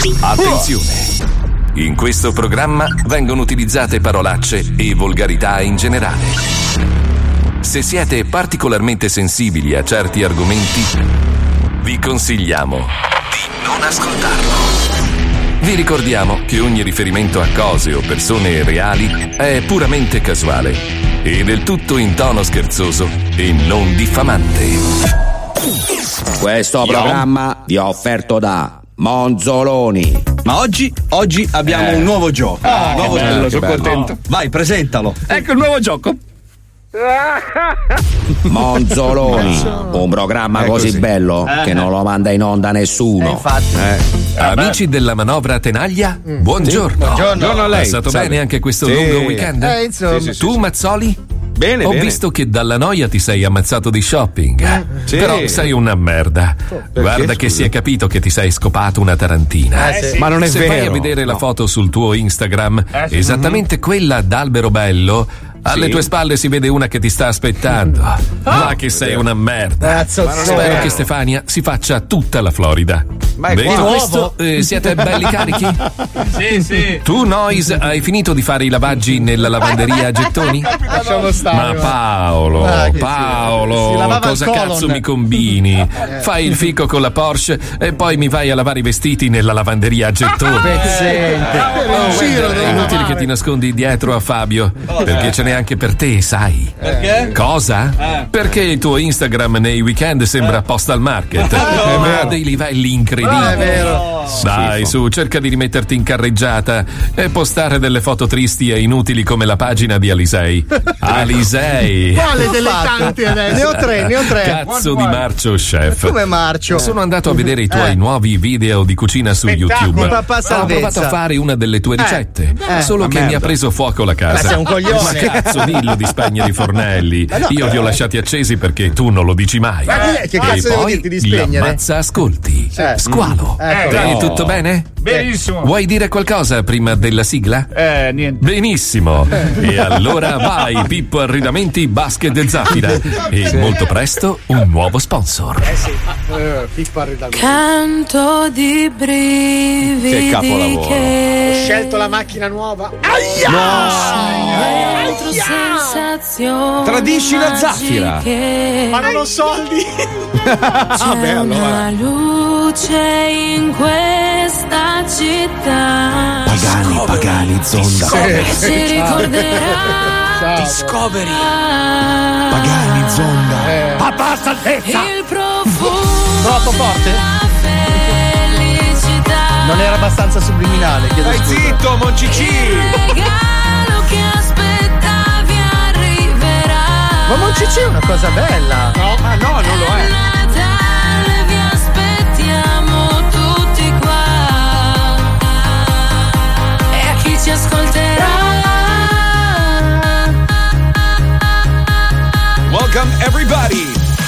Attenzione! In questo programma vengono utilizzate parolacce e volgarità in generale. Se siete particolarmente sensibili a certi argomenti, vi consigliamo di non ascoltarlo. Vi ricordiamo che ogni riferimento a cose o persone reali è puramente casuale e del tutto in tono scherzoso e non diffamante. Questo programma vi è offerto da Monzoloni. Ma oggi abbiamo un nuovo gioco. Nuovo bello, sono contento. Vai, presentalo. Ecco il nuovo gioco. Monzoloni, un programma così bello che non lo manda in onda nessuno. Infatti. Amici della manovra tenaglia, buongiororno. Buongiorno a lei. È stato bene anche questo lungo weekend? Insomma. Tu, Mazzoli? Bene, Ho bene. visto che dalla noia ti sei ammazzato di shopping. Sì. Però sei una merda. Guarda che scusa? si è capito che ti sei scopato una tarantina. Ma non è Se vero. vai a vedere la foto sul tuo Instagram, esattamente quella d'Albero Bello, alle tue spalle si vede una che ti sta aspettando. Ma che sei una merda. Spero che Stefania si faccia tutta la Florida. Ma è Detto qua. questo, siete belli carichi? Sì. Tu, Noise, hai finito di fare i lavaggi nella lavanderia a gettoni? Lasciamo stare. Ma Paolo, Si lavava cosa il colon. cazzo mi combini? Fai il fico con la Porsche e poi mi vai a lavare i vestiti nella lavanderia a gettoni. È inutile che ti nascondi dietro a Fabio, perché ce n'è anche per te, sai. Perché? Cosa? Perché il tuo Instagram nei weekend sembra postal market, ma ha dei livelli incredibili. È vero. Dai, su, cerca di rimetterti in carreggiata e postare delle foto tristi e inutili come la pagina di Alisei. Alisei! Quale delle tante adesso? Ne ho tre. Cazzo di Marcio Chef. Come Marcio? Sono andato a vedere i tuoi nuovi video di cucina su YouTube. Papà Ho salvezza. provato a fare una delle tue ricette, solo che mi ha preso fuoco la casa. sei un coglione. Ma cazzo, dillo di spegnere i fornelli. Io li ho lasciati accesi perché tu non lo dici mai. che cazzo E devo poi dirti di spegnere? l'ammazza ascolti. Squalo. Ecco. Te tutto bene? Benissimo. Vuoi dire qualcosa prima della sigla? Niente. Benissimo. E allora vai, Pippo Arredamenti Basket e Zaffira. E molto presto un nuovo sponsor. Canto di brividi Che capolavoro. che Scelto la macchina nuova. dentro sensazioni Tradisci la Zaffira. magiche. Ma non ho soldi. C'è una luce in questa città Pagani, Zonda. che si ricorderà Discovery. Pagani, Zonda. Papà salvezza. il profumo Troppo forte? della felicità. Non era abbastanza subliminale. Chiedo Stai scusa. zitto, Moncicì. regalo che aspettavi arriverà. Ma Moncicì è una cosa bella. Ma no, non lo è. Natale vi aspettiamo tutti qua. E a chi ci ascolterà Welcome everybody.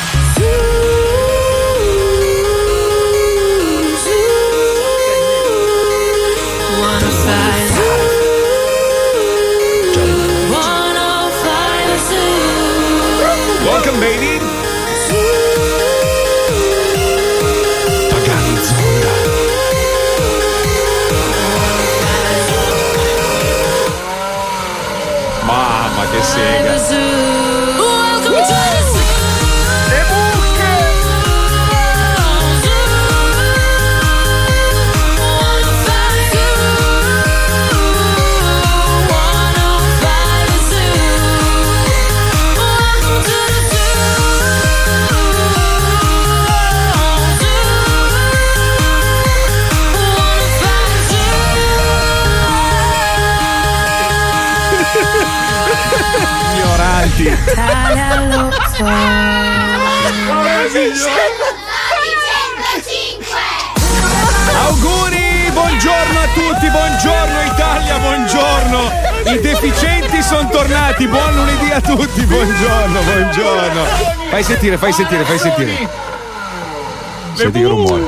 Welcome baby. Pagani, Zonda. Mamma che sega. Welcome to the zoo. Le mucche. Ignoranti. Auguri, buongiorno a tutti, buongiorno Italia, buongiorno. I deficienti sono tornati, buon lunedì a tutti, buongiorno. Fai sentire. Senti che rumore.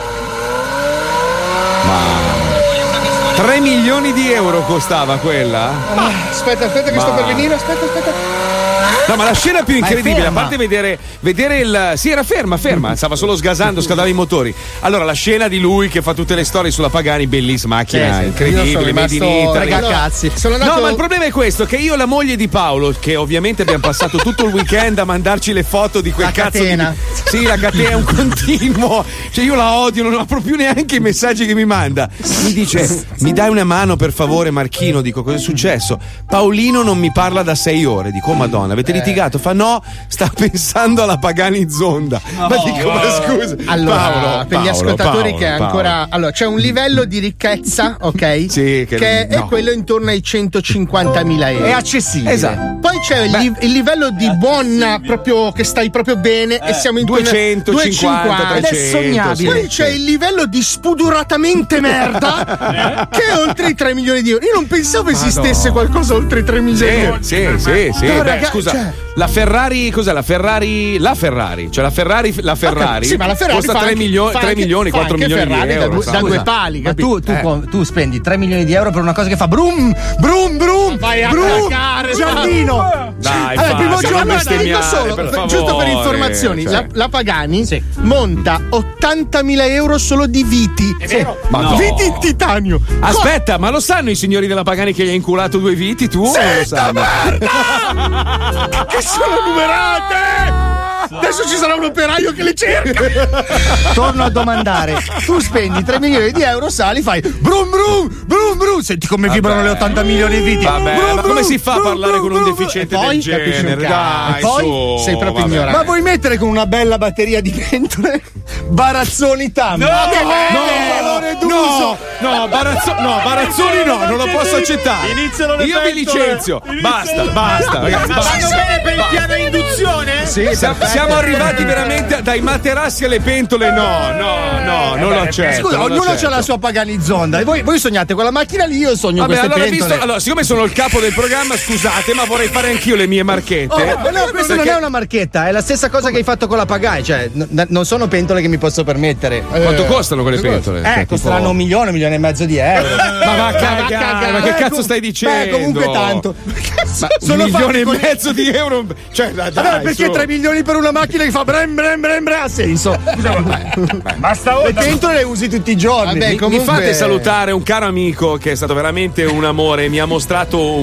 Ma 3 milioni di euro costava quella? Aspetta che sto per venire. Aspetta. No, ma la scena più incredibile, a parte vedere il. Sì, era ferma, stava solo sgasando, scaldava i motori. Allora, la scena di lui che fa tutte le storie sulla Pagani, bellissima, macchina incredibile, made in Italy. Cazzi. No, ma il problema è questo: che io e la moglie di Paolo, che ovviamente abbiamo passato tutto il weekend a mandarci le foto di quel cazzo catena. Sì, la catena è un continuo. Cioè, io la odio, non apro più neanche i messaggi che mi manda. Mi dice: mi dai una mano per favore, Marchino? Dico: cosa è successo? Paolino non mi parla da 6 ore. Dico: oh madonna, avete litigato? Fa no, sta pensando alla Pagani Zonda. Ma dico: ma scusa. Allora, per gli ascoltatori che ancora. Allora, c'è un livello di ricchezza, ok? Sì, che è quello intorno ai 150.000 euro. È accessibile. Esatto. Poi c'è il livello di buona, proprio che stai proprio bene, e siamo in 250, ed è sognabile. Poi c'è il livello di spudoratamente merda, che è oltre i 3 milioni di euro. Io non pensavo esistesse qualcosa oltre i 3 milioni di euro. Sì. No, Beh, scusa, la Ferrari, cos'è la Ferrari? La Ferrari, cioè la Ferrari Okay, sì, ma la Ferrari costa 3 milioni, 4 milioni di euro. Da due pali, ma tu spendi 3 milioni di euro per una cosa che fa brum brum brum. Vai a brum, cagare, Giardino. Dai, allora, primo giorno dico solo, giusto per informazioni, cioè. la Pagani monta 80.000 euro solo di viti. È vero? No. Viti in titanio. Aspetta, ma lo sanno i signori della Pagani che gli hai inculato 2 viti tu? O non lo sanno? Che sono numerate! Adesso ci sarà un operaio che le cerca. Torno a domandare, tu spendi 3 milioni di euro, sali, fai brum brum brum brum, senti come vibrano le 80 milioni di viti. Vabbè, brum, ma come brum, si fa a brum, parlare brum, con un brum, deficiente e poi del capisci un genere? cazzo. Dai, E poi su, sei proprio vabbè. ignorante. Ma vuoi mettere con una bella batteria di pentole Barazzoni Tam? No, Barazzoni no, non lo posso accettare. Iniziano le Io vi pentole. licenzio. Basta, ragazzi. Vanno bene per il piano di induzione? Sì, siamo arrivati veramente dai materassi alle pentole. No, non lo accetto. Scusa, non lo ognuno accetto. ha la sua Pagani Zonda. E voi sognate quella macchina lì, io sogno Vabbè, queste pentole. allora, siccome sono il capo del programma, scusate, ma vorrei fare anch'io le mie marchette. Ma no, questa non è una marchetta, è la stessa cosa che hai fatto con la Pagani, cioè non sono pentole che mi posso permettere. Quanto costano quelle pentole? Costeranno $1 milione e mezzo di euro. Ma va a cagare, ma che cazzo stai dicendo? Comunque tanto. Ma Sono $1,5 milioni fatti di euro. Cioè, dai, allora, perché su. 3 milioni per una macchina che fa brem brem brem brem ha senso. Basta Le pentole le usi tutti i giorni. Vabbè, Mi comunque- fate salutare un caro amico che è stato veramente un amore, mi ha mostrato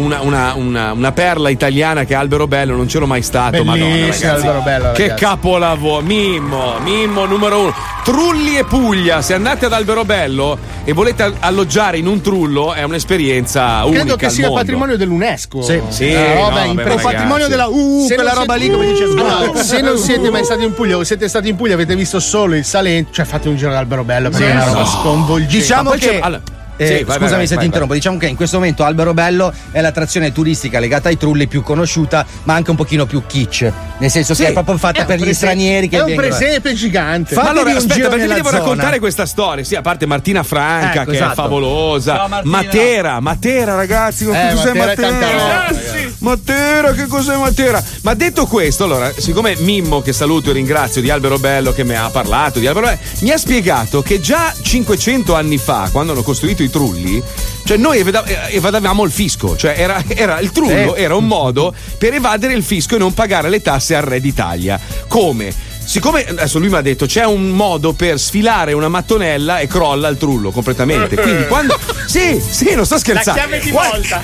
una perla italiana che è Albero Bello, non c'ero mai stato. Madonna, Bellissimo, ragazzi. Albero Bello, Che ragazzi. capolavoro, Mimmo numero 1. Trulli e Puglia, se andate ad Alberobello e volete alloggiare in un trullo è un'esperienza unica. Credo che al sia mondo. patrimonio dell'UNESCO. Sì, roba no, impressionante. vabbè, patrimonio della Se quella non roba siete- lì, come dice Allora, Sguardo. se non siete mai stati in Puglia o siete stati in Puglia avete visto solo il Salento, cioè fate un giro d'Albero Bello perché è una roba sconvolgente. Diciamo Ma poi che c'è- allora, sì, vai, scusami vai, se vai, ti interrompo, diciamo che in questo momento Albero Bello è l'attrazione turistica legata ai trulli più conosciuta, ma anche un pochino più kitsch, nel senso che è proprio fatta per gli stranieri che è un vengono. presepe gigante. Fa- Ma allora, Fatevi un aspetta, giro perché vi nella devo zona. raccontare questa storia? Sì, a parte Martina Franca, Ecco, che esatto. è favolosa. Ciao, Martina. Matera, ragazzi, che cos'è Matera è tanta Matera? roba, Matera, che cos'è Matera? Ma detto questo, allora, siccome Mimmo, che saluto e ringrazio, di Albero Bello, che mi ha parlato di Albero Bello, mi ha spiegato che già 500 anni fa, quando hanno costruito i trulli, cioè noi evadavamo il fisco, cioè era il trullo, era un modo per evadere il fisco e non pagare le tasse al re d'Italia. Come? Siccome adesso lui mi ha detto c'è un modo per sfilare una mattonella e crolla il trullo completamente. Quindi quando. Sì, non sto scherzando. La chiave di volta.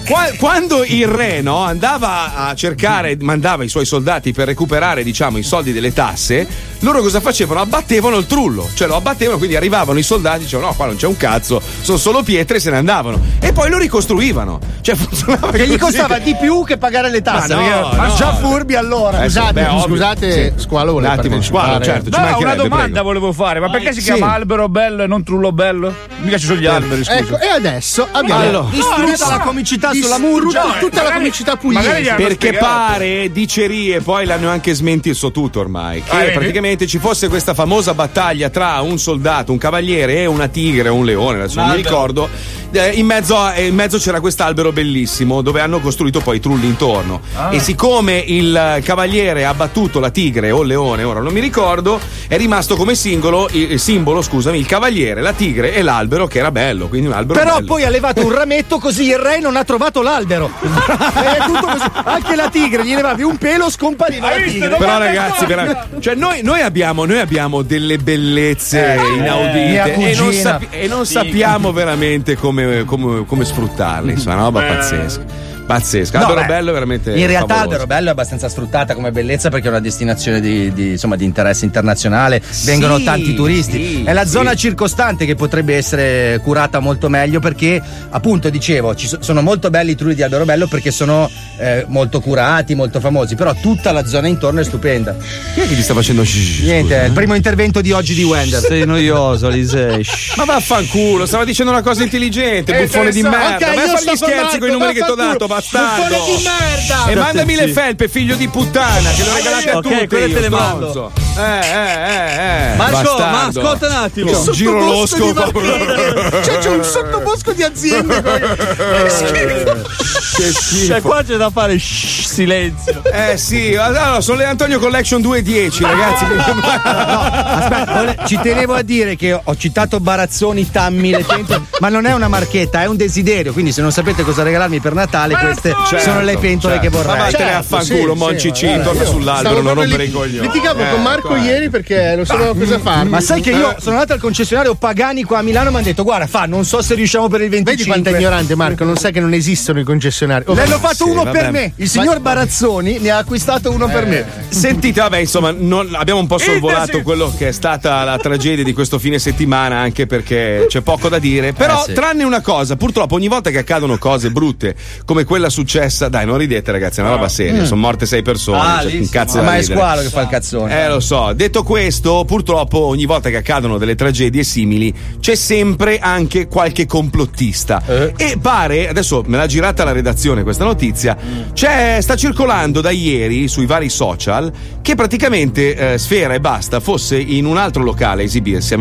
Quando il re andava a cercare, mandava i suoi soldati per recuperare, diciamo, i soldi delle tasse, loro cosa facevano? Abbattevano il trullo, cioè lo abbattevano, quindi arrivavano i soldati, dicevano no, qua non c'è un cazzo, sono solo pietre, e se ne andavano. E poi lo ricostruivano. Cioè funzionava Che gli così. costava di più che pagare le tasse. Ma no, perché no. già furbi allora. Beh, ovvio. Scusate, Sì. squalo, Un attimo, squalo, certo. ci No, una mancherebbe, domanda prego. volevo fare, ma perché si Sì. chiama Albero Bello e non Trullo Bello? Mica ci sono gli alberi, scusa. Ecco, e adesso abbiamo Allora. Distrutta la comicità sulla murgia. tutta la comicità pugliese. Perché pare, dicerie, poi l'hanno anche smentito tutto ormai, che vedi? praticamente ci fosse questa famosa battaglia tra un soldato, un cavaliere e una tigre o un leone, adesso non mi ricordo. In mezzo c'era quest'albero bellissimo dove hanno costruito poi i trulli intorno. E siccome il cavaliere ha battuto la tigre o il leone, ora non mi ricordo, è rimasto come simbolo, scusami, il cavaliere, la tigre e l'albero, che era bello, quindi un albero Però bello. poi ha levato un rametto così il re non ha trovato trovato l'albero. È tutto così. Anche la tigre, gli levavi un pelo, scompariva la tigre. Però ragazzi, cioè noi abbiamo delle bellezze inaudite e non sappiamo veramente come sfruttarle, insomma, una roba pazzesca. Pazzesco, Alberobello è veramente. In realtà favoloso. Alberobello è abbastanza sfruttata come bellezza perché è una destinazione di interesse internazionale. Vengono tanti turisti. È la zona circostante che potrebbe essere curata molto meglio perché, appunto, dicevo, sono molto belli i trulli di Alberobello perché sono molto curati, molto famosi. Però tutta la zona intorno è stupenda. Chi è che ti sta facendo Niente, è il primo intervento di oggi di Wender. Sei noioso, Lisei. Ma vaffanculo, stava dicendo una cosa intelligente, buffone di merda. Okay, ma io fai gli sto scherzi con i numeri che ti ho dato, bastardo. Buffone di merda! E mandami le felpe, figlio di puttana, che le ho regalate a tutti. quelle te le stronzo. Marco, ma bastardo. ascolta un attimo. Che giro losco. C'è un sottobosco di aziende. Che schifo. Cioè, qua c'è da fare silenzio. Sì, allora, sono le Antonio Collection 2.10, ragazzi. Aspetta, ci tenevo a dire che ho citato Barazzoni, Tammi, le pentole, ma non è una marchetta, è un desiderio. Quindi, se non sapete cosa regalarmi per Natale, queste sono le pentole che vorrei. Ma vattene a fanculo, Moncici, torna sull'albero, non rompere i coglioni. Litigavo con Marco ieri perché non sapevo cosa fare. Ma sai che io sono andato al concessionario Pagani qua a Milano e mi hanno detto: guarda, non so se riusciamo per il 25. Vedi quanto è ignorante, Marco, non sai che non esistono i concessionari. Ne hanno fatto uno per me. Il signor Barazzoni ne ha acquistato uno per me. Sentite, vabbè, insomma, abbiamo un po' sorvolato quello che è stata la tragedia di questo fine settimana, anche perché c'è poco da dire. Però, tranne una cosa, purtroppo ogni volta che accadono cose brutte come quella successa, dai, non ridete, ragazzi, è una roba seria. Sono morte 6 persone. C'è un cazzo da ma è ridere. Squalo che fa il cazzone. Lo so. Detto questo, purtroppo ogni volta che accadono delle tragedie simili c'è sempre anche qualche complottista. E pare, adesso me l'ha girata la redazione questa notizia, sta circolando da ieri sui vari social che praticamente Sfera e Basta fosse in un altro locale a esibirsi a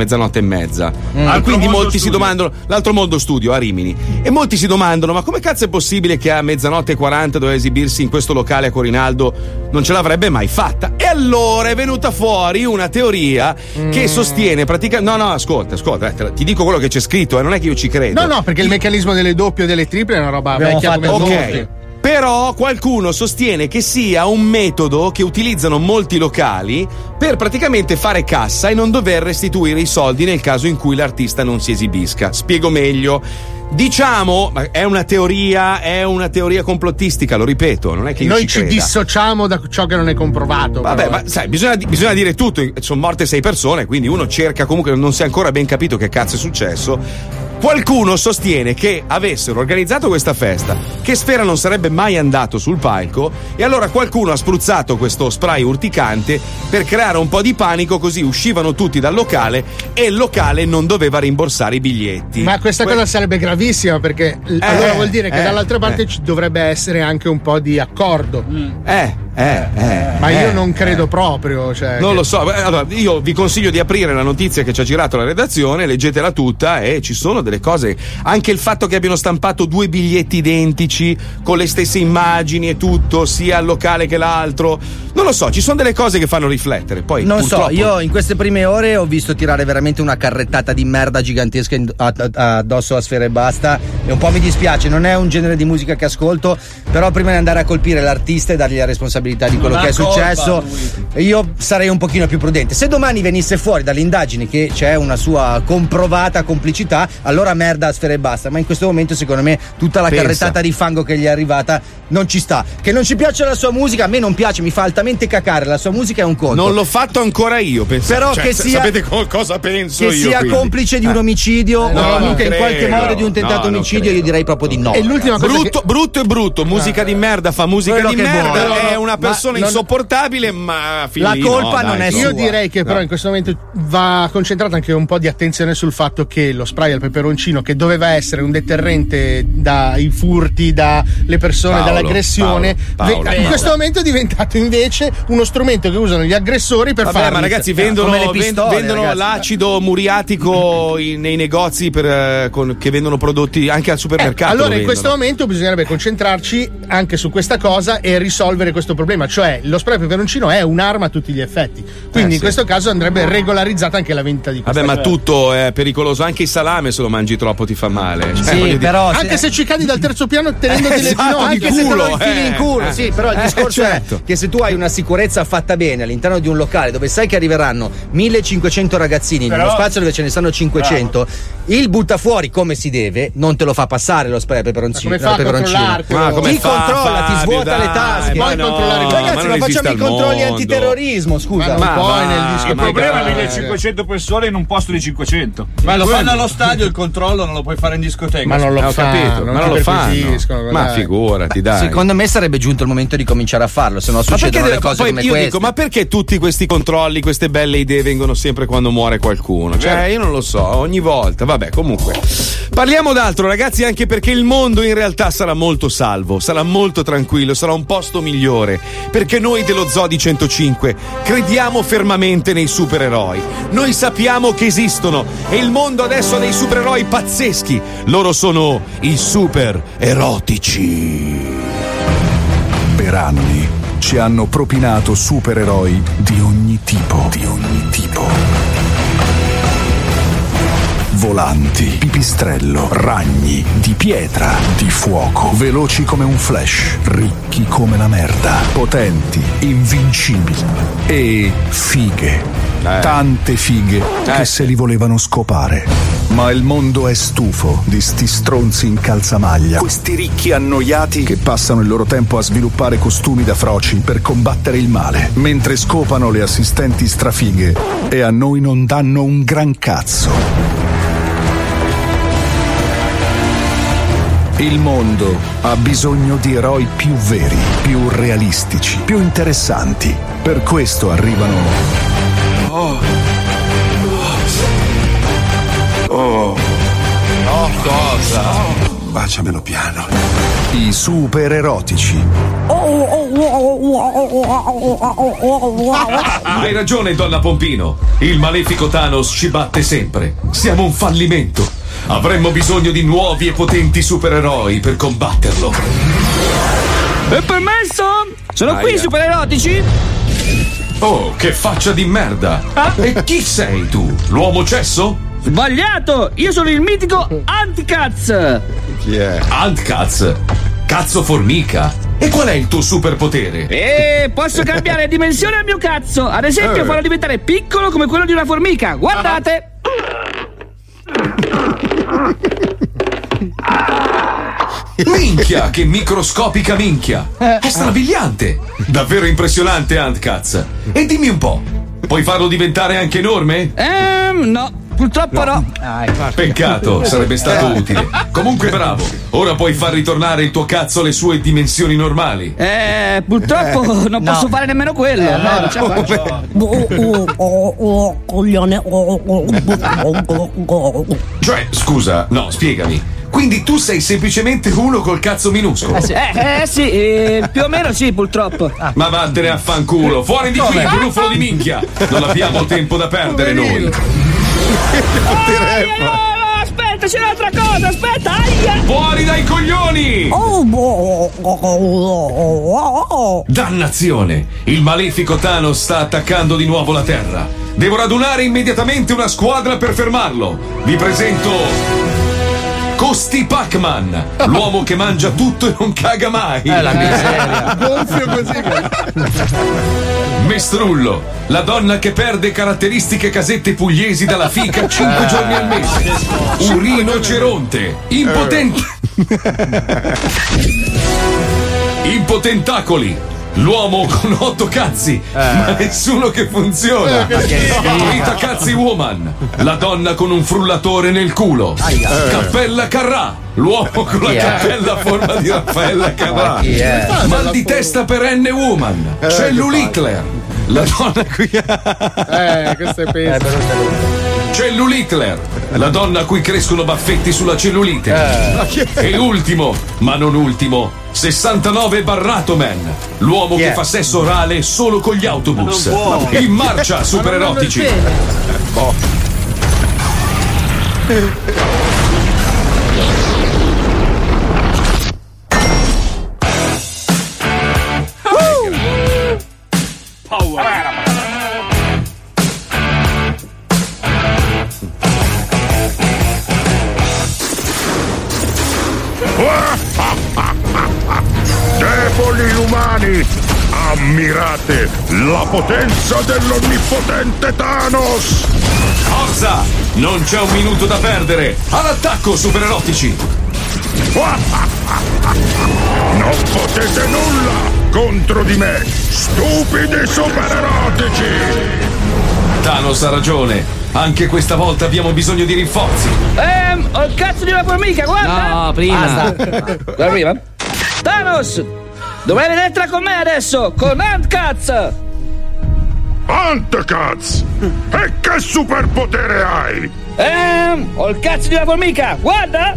00:30. Quindi molti si domandano, l'altro mondo studio a Rimini, e molti si domandano: ma come cazzo è possibile che a 00:40 doveva esibirsi in questo locale a Corinaldo? Non ce l'avrebbe mai fatta. E allora è venuta fuori una teoria che sostiene praticamente. No, ascolta, ti dico quello che c'è scritto, non è che io ci credo. No, perché il meccanismo delle doppie o delle triple è una roba vecchia come ok. Però qualcuno sostiene che sia un metodo che utilizzano molti locali per praticamente fare cassa e non dover restituire i soldi nel caso in cui l'artista non si esibisca. Spiego meglio. Diciamo, è una teoria complottistica, lo ripeto, non è che io noi ci dissociamo da ciò che non è comprovato. Vabbè, però. ma sai, bisogna dire tutto. Sono morte 6 persone, quindi uno cerca, comunque non si è ancora ben capito che cazzo è successo. Qualcuno sostiene che avessero organizzato questa festa, che Sfera non sarebbe mai andato sul palco, e allora qualcuno ha spruzzato questo spray urticante per creare un po' di panico, così uscivano tutti dal locale e il locale non doveva rimborsare i biglietti. Ma questa cosa sarebbe gravissima, perché allora vuol dire che dall'altra parte ci dovrebbe essere anche un po' di accordo. Ma io non credo proprio. Non lo so. Allora, io vi consiglio di aprire la notizia che ci ha girato la redazione, leggetela tutta, e ci sono delle cose. Anche il fatto che abbiano stampato 2 biglietti identici con le stesse immagini e tutto, sia al locale che l'altro. Non lo so, ci sono delle cose che fanno riflettere. Poi non purtroppo... so, io in queste prime ore ho visto tirare veramente una carrettata di merda gigantesca addosso a Sfera e Basta, e un po' mi dispiace, non è un genere di musica che ascolto, però prima di andare a colpire l'artista e dargli la responsabilità di quello che è successo, io sarei un pochino più prudente. Se domani venisse fuori dalle indagini che c'è una sua comprovata complicità, allora merda a Sfera e Basta, ma in questo momento secondo me tutta la carrettata di fango che gli è arrivata non ci sta. Che non ci piace la sua musica, a me non piace, mi fa altamente cacare, la sua musica è un conto. Non l'ho fatto ancora io, però che sia, sapete cosa penso che io, sia quindi complice di un omicidio o comunque in qualche modo di un tentato omicidio, io direi proprio di no. E l'ultima cosa brutto è brutto, musica di merda fa musica quello di che merda, vuole. è una persona insopportabile, ma la colpa non è sua. Io direi che però in questo momento va concentrata anche un po' di attenzione sul fatto che lo spray al peperoncino, che doveva essere un deterrente dai furti, dalle persone, dall'aggressione, in questo momento è diventato invece uno strumento che usano gli aggressori per fare. Ma ragazzi, vendono ragazzi, l'acido muriatico nei negozi che vendono prodotti anche al supermercato. Allora in questo momento bisognerebbe concentrarci anche su questa cosa e risolvere questo problema, cioè lo spray peperoncino è un'arma a tutti gli effetti, quindi in questo caso andrebbe regolarizzata anche la vendita di questa ma tutto è pericoloso, anche il salame se lo mangi troppo ti fa male. Cioè, però anche se ci cadi dal terzo piano tenendoti le ginocchia, anche se te lo infili in culo, sì, però il discorso è che se tu hai una sicurezza fatta bene all'interno di un locale dove sai che arriveranno 1500 ragazzini in uno spazio dove ce ne stanno 500, il buttafuori come si deve non te lo fa passare lo spray peperoncino. Come fa a controllarti? Ti controlla, ti svuota le tasche. Puoi controllare, ragazzi, ma facciamo i controlli antiterrorismo, scusa. Ma non puoi nel disco. Il problema è 1500 persone in un posto di 500. Ma lo fanno allo stadio, il controllo non lo puoi fare in discoteca. Ma non lo capito, ma non lo fanno. Ma figurati, dai. Secondo me sarebbe giunto il momento di cominciare a farlo, se no succedono le cose come io queste. Dico, ma perché tutti questi controlli, queste belle idee vengono sempre quando muore qualcuno? Cioè, io non lo so, ogni volta. Vabbè, comunque. Parliamo d'altro, ragazzi, anche perché il mondo in realtà sarà molto salvo, sarà molto tranquillo, sarà un posto migliore. Perché noi dello Zodi 105 crediamo fermamente nei supereroi. Noi sappiamo che esistono e il mondo adesso ha dei supereroi pazzeschi. Loro sono i super erotici. Per anni ci hanno propinato supereroi di ogni tipo. Volanti, pipistrello, ragni, di pietra, di fuoco, veloci come un flash, ricchi come la merda, potenti, invincibili e fighe. Tante fighe che se li volevano scopare. Ma il mondo è stufo di sti stronzi in calzamaglia, questi ricchi annoiati che passano il loro tempo a sviluppare costumi da froci per combattere il male, mentre scopano le assistenti strafighe e a noi non danno un gran cazzo. Il mondo ha bisogno di eroi più veri, più realistici, più interessanti. Per questo arrivano... cosa? Baciamelo piano. I super erotici. Hai ragione, donna Pompino. Il malefico Thanos ci batte sempre. Siamo un fallimento. Avremmo bisogno di nuovi e potenti supereroi per combatterlo. È permesso? Sono qui, super erotici? Oh, che faccia di merda! E chi sei tu? L'uomo cesso? Sbagliato! Io sono il mitico Ant-Caz! Chi è? Ant-Caz? Cazzo formica! E qual è il tuo superpotere? Posso cambiare dimensione al mio cazzo! Ad esempio farlo diventare piccolo come quello di una formica! Guardate! Minchia, che microscopica minchia! È strabiliante! Davvero impressionante, Ant-Caz! E dimmi un po', puoi farlo diventare anche enorme? No, purtroppo no. Peccato, sarebbe stato utile. Comunque bravo, ora puoi far ritornare il tuo cazzo alle sue dimensioni normali. Purtroppo non posso fare nemmeno quello. Cioè, scusa, no, spiegami. Quindi tu sei semplicemente uno col cazzo minuscolo? Sì, più o meno sì, purtroppo. Ma vattene a fanculo, fuori di qui, gruffolo di minchia! Non abbiamo tempo da perdere noi. No, aspetta, c'è un'altra cosa, aspetta, aia! Fuori dai coglioni! Dannazione! Il malefico Thanos sta attaccando di nuovo la Terra. Devo radunare immediatamente una squadra per fermarlo. Vi presento... Costi Pac-Man, l'uomo che mangia tutto e non caga mai. La miseria. Gonfio così. Mestrullo, la donna che perde caratteristiche casette pugliesi dalla fica 5 giorni al mese. Un rinoceronte, impotentacoli. L'uomo con 8 cazzi, ma nessuno che funziona. Rita Cazzi Woman, la donna con un frullatore nel culo. Cappella Carrà, l'uomo con la cappella a forma di Raffaella Carrà. Mal di testa perenne woman. Cellulitler, la donna qui. Questo è peso. Cellulitler, la donna a cui crescono baffetti sulla cellulite. E ultimo, ma non ultimo, 69 Barratoman, l'uomo che fa sesso orale solo con gli autobus. In marcia, super erotici. popoli umani, ammirate la potenza dell'onnipotente Thanos! Forza! Non c'è un minuto da perdere! All'attacco, supererotici! Non potete nulla contro di me, stupidi supererotici! Thanos ha ragione, anche questa volta abbiamo bisogno di rinforzi. Ho il cazzo di una formica, guarda! No, prima. Guarda prima. Thanos! Dovrai venire con me adesso, con Ant-Cats! Ant-Cats! E che superpotere hai? Ho il cazzo di una formica, guarda!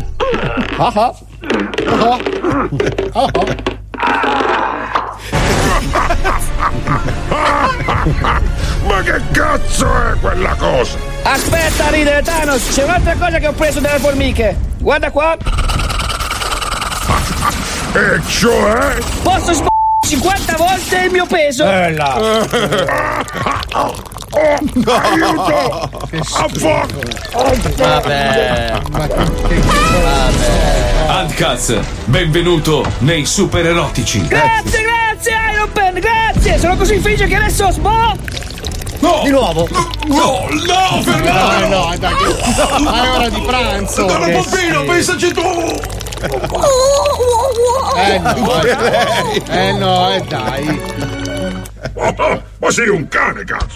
Ma che cazzo è quella cosa? Aspetta a ridere, Thanos, c'è un'altra cosa che ho preso dalle formiche. Guarda qua. E cioè? Posso 50 volte il mio peso. Aiuto! A fuoco! Vabbè. Ant-Cats, benvenuto nei supererotici. Grazie, Iron Man, grazie. Sono così felice che adesso No! Di nuovo. No, fermate! No, dai, è ora di pranzo. Donna Pompino, pensaci tu! No, dai. Ma sei un cane, cazzo!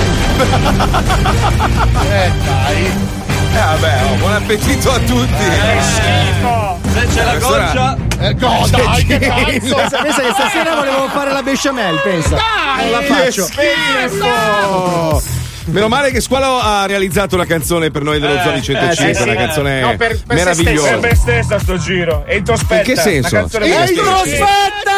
Dai. Vabbè, buon appetito a tutti! Schifo! Se c'è la goccia. No, dai, che cazzo! Pensa che stasera volevo fare la besciamella, pensa. Dai, non la faccio. Schifo! Meno male che Squalo ha realizzato una canzone per noi dello Zoni 105, una canzone per meravigliosa. Per me stessa sto giro. E introspetta. In che senso? Una canzone per me stessa. Introspetta!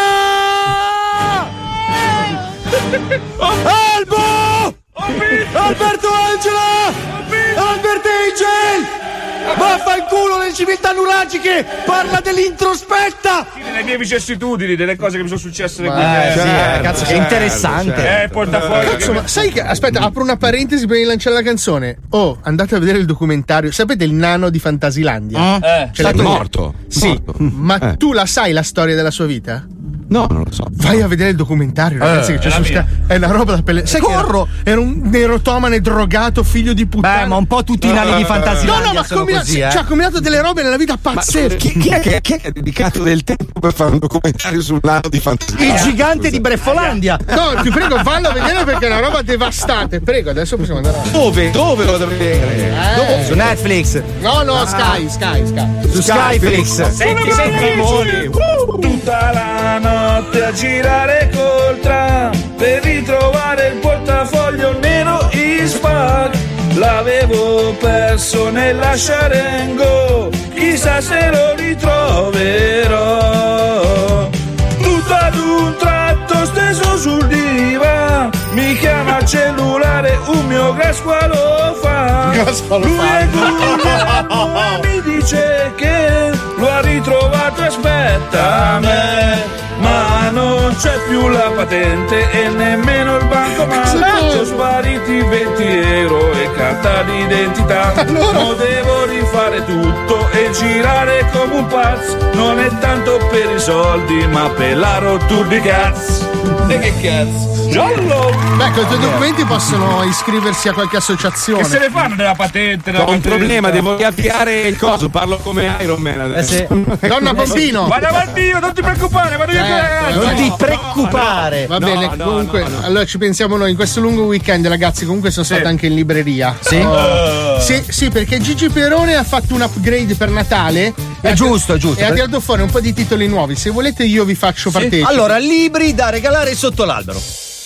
Albo! Alberto Angela! Albert Angel! Vaffanculo le civiltà nuragiche! Parla dell'introspetta! Delle mie vicissitudini, delle cose che mi sono successe nel cazzo, che interessante. Portafoglio. Cazzo, ma sai che. Aspetta, apro una parentesi prima di lanciare la canzone. Oh, andate a vedere il documentario. Sapete il nano di Fantasilandia? È stato morto. Sì, Morto. ma tu la sai la storia della sua vita? No, non lo so. Vai a vedere il documentario, ragazzi, che c'è su è una roba da pelle. Sai Corro! che era un nerotomane drogato, figlio di puttana. Beh, ma un po' tutti i nani di Fantasilandia No, ma sono così, ci ha combinato delle robe nella vita pazzesche. Chi è che ha dedicato del tempo per fare un documentario sul nano di fantasia? Il gigante di Breffolandia. No, ti prego, vallo a vedere perché è una roba devastante. Prego, adesso possiamo andare avanti. Dove lo devo vedere? Su Netflix. No, Sky. Su Skyflix. Senti, tutta la notte a girare col tram per ritrovare il portafoglio nero in spag. L'avevo perso nella Sharengo, chissà se lo ritroverò. Tutto ad un tratto steso sul divan, mi chiama al cellulare un mio Gasqualo fan. Lui è Guglielmo e mi dice che lo ha ritrovato, aspetta a me. Ma non c'è più la patente e nemmeno il bancomat. Sono spariti 20 euro e carta d'identità. Lo devo rifare tutto e girare come un pazzo. Non è tanto per i soldi ma per la rottura di cazzo. E che cazzo? Giallo! Beh, con i tuoi documenti possono iscriversi a qualche associazione. Che se ne fanno della patente? Ho un problema, devo riavviare il coso, parlo come Iron Man adesso. Donna Pompino! Vado avanti io, non ti preoccupare, vado io. Non ti preoccupare. Va bene, comunque, allora ci pensiamo noi. In questo lungo weekend, ragazzi, comunque sono stato anche in libreria. Sì? Sì, perché Gigi Perone ha fatto un upgrade per Natale. È giusto. E ha tirato fuori un po' di titoli nuovi. Se volete io vi faccio partecipe. Allora, libri da regalare sotto l'albero.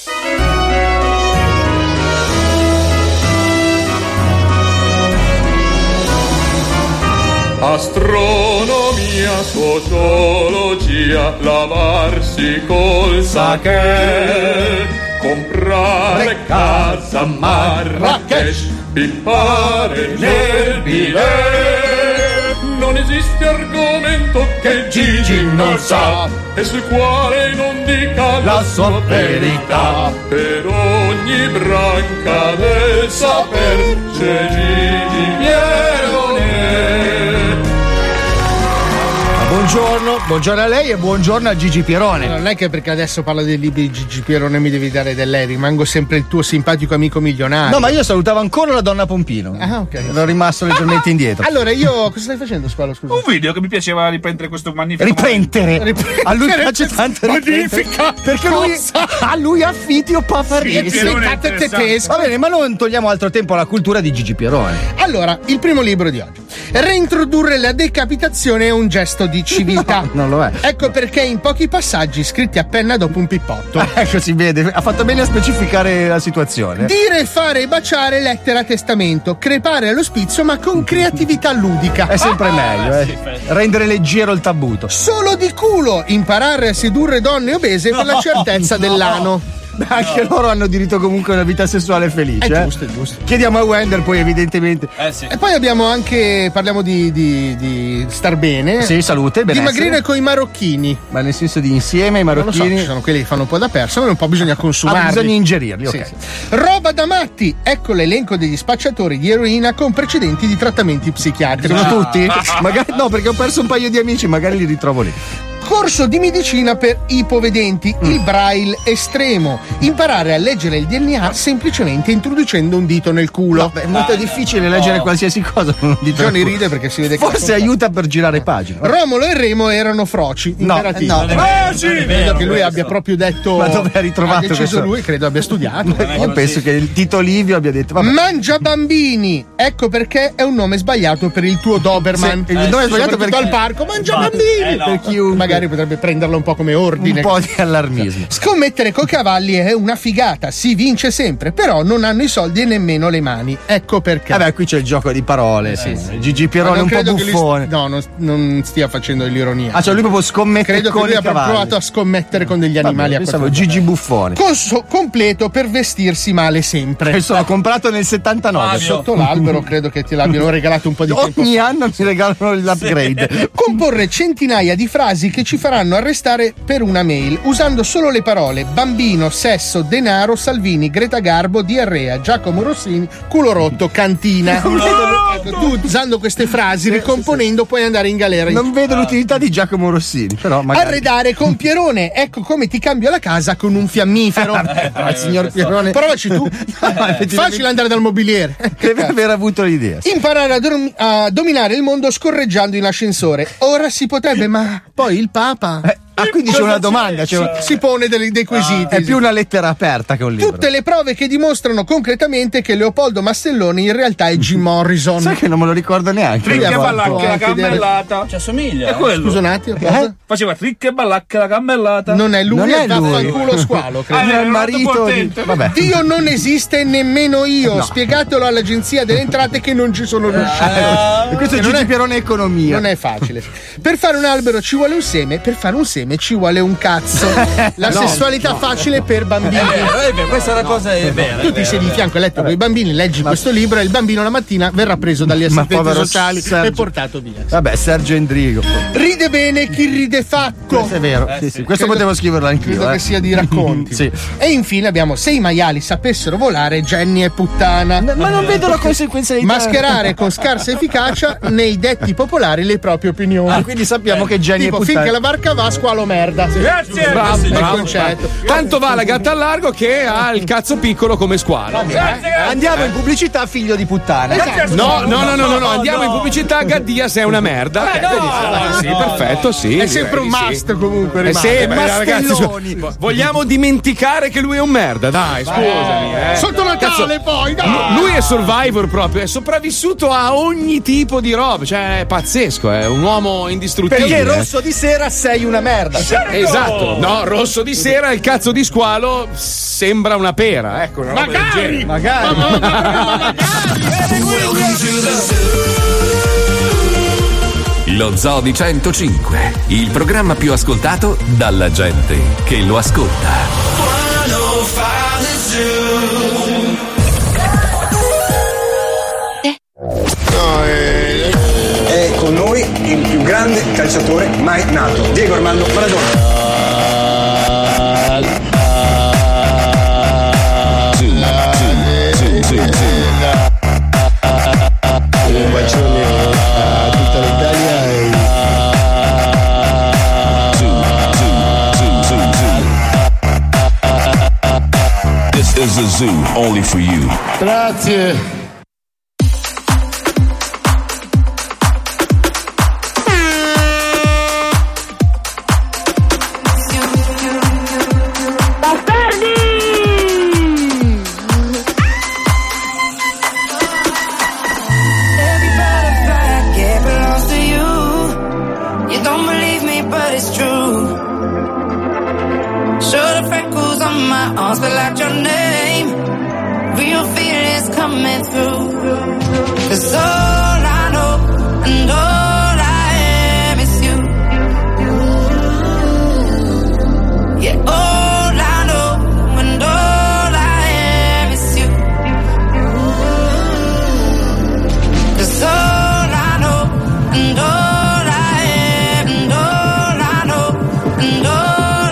Astronomia, sociologia, lavarsi col sake, comprare casa a Marrakesh, pippare nel bidet. Non esiste argomento che Gigi non sa e sul quale non dica la sua verità. Per ogni branca del saper c'è Gigi Pierone. buongiorno a lei e buongiorno a Gigi Pierone. Non è che perché adesso parlo dei libri di Gigi Pierone mi devi dare del lei, rimango sempre il tuo simpatico amico milionario. No, ma io salutavo ancora la donna Pompino. Ah, ok. Ero rimasto leggermente indietro. Allora, io cosa stai facendo, Squalo? Scusa. Un video che mi piaceva riprendere questo magnifico. Riprendere. A lui piace tanto magnifica. Perché a lui affitti o paparini. Va bene, ma non togliamo altro tempo alla cultura di Gigi Pierone. Allora, il primo libro di oggi. Reintrodurre la decapitazione è un gesto di civiltà. No, non lo è. Ecco perché in pochi passaggi scritti a penna dopo un pippotto. Ecco, si vede, ha fatto bene a specificare la situazione. Dire, fare e baciare, lettera a testamento, crepare all'ospizio ma con creatività ludica. È sempre meglio, sì, rendere leggero il tabuto. Solo di culo, imparare a sedurre donne obese per la certezza dell'ano. Beh, anche loro hanno diritto comunque a una vita sessuale felice. È giusto, è giusto. Chiediamo a Wender, poi evidentemente. Sì. E poi abbiamo anche, parliamo di star bene. Sì, salute, benessere. Dimagrire coi marocchini. Ma nel senso di insieme i marocchini. Non lo so, ci sono quelli che fanno un po' da perso, ma un po' bisogna consumarli. Bisogna ingerirli, ok. Sì. Roba da matti, ecco l'elenco degli spacciatori di eroina con precedenti di trattamenti psichiatrici. Sono tutti? Magari no, perché ho perso un paio di amici, magari li ritrovo lì. Corso di medicina per ipovedenti, il braille estremo. Imparare a leggere il DNA semplicemente introducendo un dito nel culo. Beh, è molto difficile leggere qualsiasi cosa con un dito. Johnny ride perché si vede che forse aiuta per girare pagine. Romolo e Remo erano froci. Imperativi. No. Sì, credo che lui abbia proprio detto. Ma dove ha ritrovato ha deciso questo? Lui, credo abbia studiato. Io penso che il Tito Livio abbia detto vabbè. Mangia bambini, ecco perché è un nome sbagliato per il tuo Doberman. Sì, il nome è sbagliato perché al parco mangia bambini. Per chiunque. Magari potrebbe prenderlo un po' come ordine. Un po' di allarmismo. Scommettere coi cavalli è una figata, si vince sempre, però non hanno i soldi e nemmeno le mani. Ecco perché. Vabbè, qui c'è il gioco di parole. Sì. Gigi Pierone è un po' buffone. Non stia facendo dell'ironia. Cioè lui proprio scommette credo con che lui i abbia cavalli. provato a scommettere con degli animali. Pensavo Gigi Buffone. Corso completo per vestirsi male sempre. Che sono comprato nel 79. Sotto l'albero credo che te l'abbiano regalato un po' di tempo. Ogni anno mi regalano l'upgrade. Comporre centinaia di frasi che ci faranno arrestare per una mail usando solo le parole bambino, sesso, denaro, Salvini, Greta Garbo, diarrea, Giacomo Rossini, culo rotto, cantina. Tu usando queste frasi, ricomponendo, puoi andare in galera. Non vedo l'utilità di Giacomo Rossini, però magari. Arredare con Pierone, ecco come ti cambio la casa con un fiammifero. Il signor Pierone. Provaci tu. Facile andare dal mobiliere. Deve aver avuto l'idea. Imparare a dominare il mondo scorreggiando in ascensore. Ora si potrebbe, ma poi il Papa. Quindi c'è una domanda, si pone dei quesiti. È più una lettera aperta che un libro. Tutte le prove che dimostrano concretamente che Leopoldo Mastelloni in realtà è Jim Morrison. Sai che non me lo ricordo neanche. Tricche e ballacche la cammellata. Ci assomiglia. È quello. Scusa un attimo. Faceva tricche e ballacche la cammellata. Non è lui, non è lui. Vaffanculo Squalo. È il marito di... Vabbè. Dio non esiste nemmeno io. No. Spiegatelo all'Agenzia delle Entrate che non ci sono riuscito. Questo è Gigi Pierone Economia. Non è facile. Per fare un albero ci vuole un seme, per fare un seme ci vuole un cazzo. La sessualità facile per bambini. Questa è una cosa è vera. Tu ti siedi di fianco a letto con i bambini, leggi questo libro e il bambino la mattina verrà preso dagli assistenti sociali e portato via. Vabbè, Sergio Endrigo. Ride bene chi ride fatto. Questo è vero. Sì. Questo potevo scriverlo anch'io. Credo che sia di racconti. Sì. E infine abbiamo se i maiali sapessero volare, Jenny è puttana. Ma non vedo la conseguenza di mascherare con scarsa efficacia nei detti popolari le proprie opinioni. Quindi sappiamo che Jenny tipo, è puttana. finché la barca va, Squalo merda. Grazie. Bravo. Tanto va la gatta al largo che ha il cazzo piccolo come Squalo. Grazie. Andiamo in pubblicità, figlio di puttana. No. Andiamo in pubblicità, Gaddia sei una merda. Sì, perfetto, sì. È sempre un must comunque. Ragazzi, vogliamo dimenticare che lui è un merda. Dai, scusami. Sotto Natale poi, dai. Lui è Survivor proprio, è sopravvissuto a ogni tipo di roba. Cioè, è pazzesco, è un uomo indistruttibile. Perché rosso di sera sei una merda. Esatto, no, rosso di sera il cazzo di Squalo sembra una pera, ecco, una roba del genere. Magari. Lo Zoo di 105, il programma più ascoltato dalla gente che lo ascolta. È con noi il più grande calciatore mai nato, Diego Armando Maradona. Un bacione a tutta l'Italia Zoo, only for you. Grazie. Spell out your name, real feelings coming through. 'Cause all I know and all I am is you. Yeah, all I know and all I am is you. 'Cause all I know and all I am and all I know and all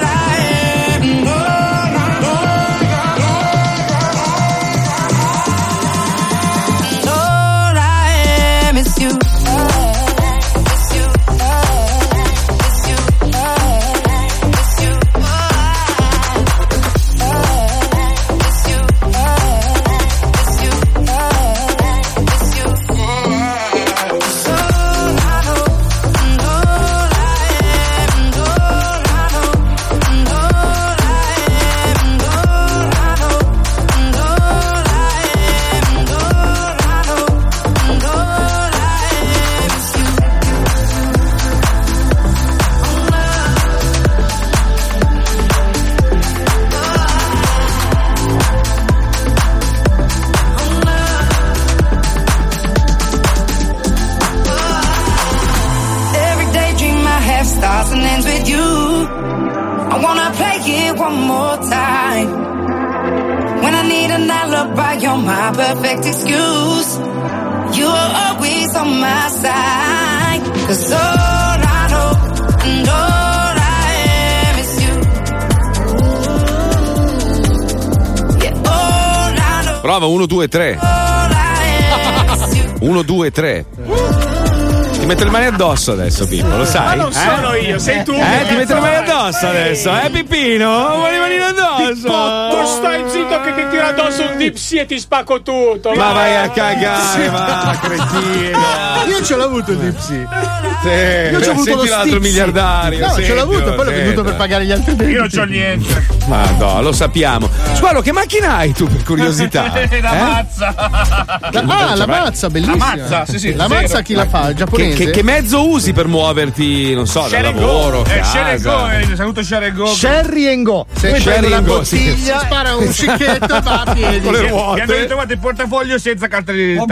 perfect excuse. You're always on my side. 'Cause all I know and all I am is you. Yeah, all I know. Prova 1, 2, 3. 1, 2, 3. Ti metto le mani addosso adesso, Pippo, lo sai? Ma non sono io, sei tu. Ti metto le mani addosso adesso, Pippino? Vuoi le mani addosso? Tu stai zitto che ti tira addosso un dipsy e ti spacco tutto. Ma vai a cagare, ma cretino. Io ce l'ho avuto il dipsy. Sì, io ci ho avuto l'altro stipsy. miliardario. No, ce l'ho avuto, poi l'ho venduto per pagare gli altri denti. Io non c'ho niente. Ma no, lo sappiamo. Squalo, che macchina hai tu per curiosità? La mazza. La mazza, bellissima. La mazza, sì. La mazza chi la fa? Il giapponese? Che mezzo usi per muoverti, non so, dal lavoro, Share and casa? Go, saluto Share and Go. Sherry and Go. Sherry and Go, Si spara un scicchetto e va a piedi. Con le ruote. Mi hanno ritrovato il portafoglio senza carta di identità.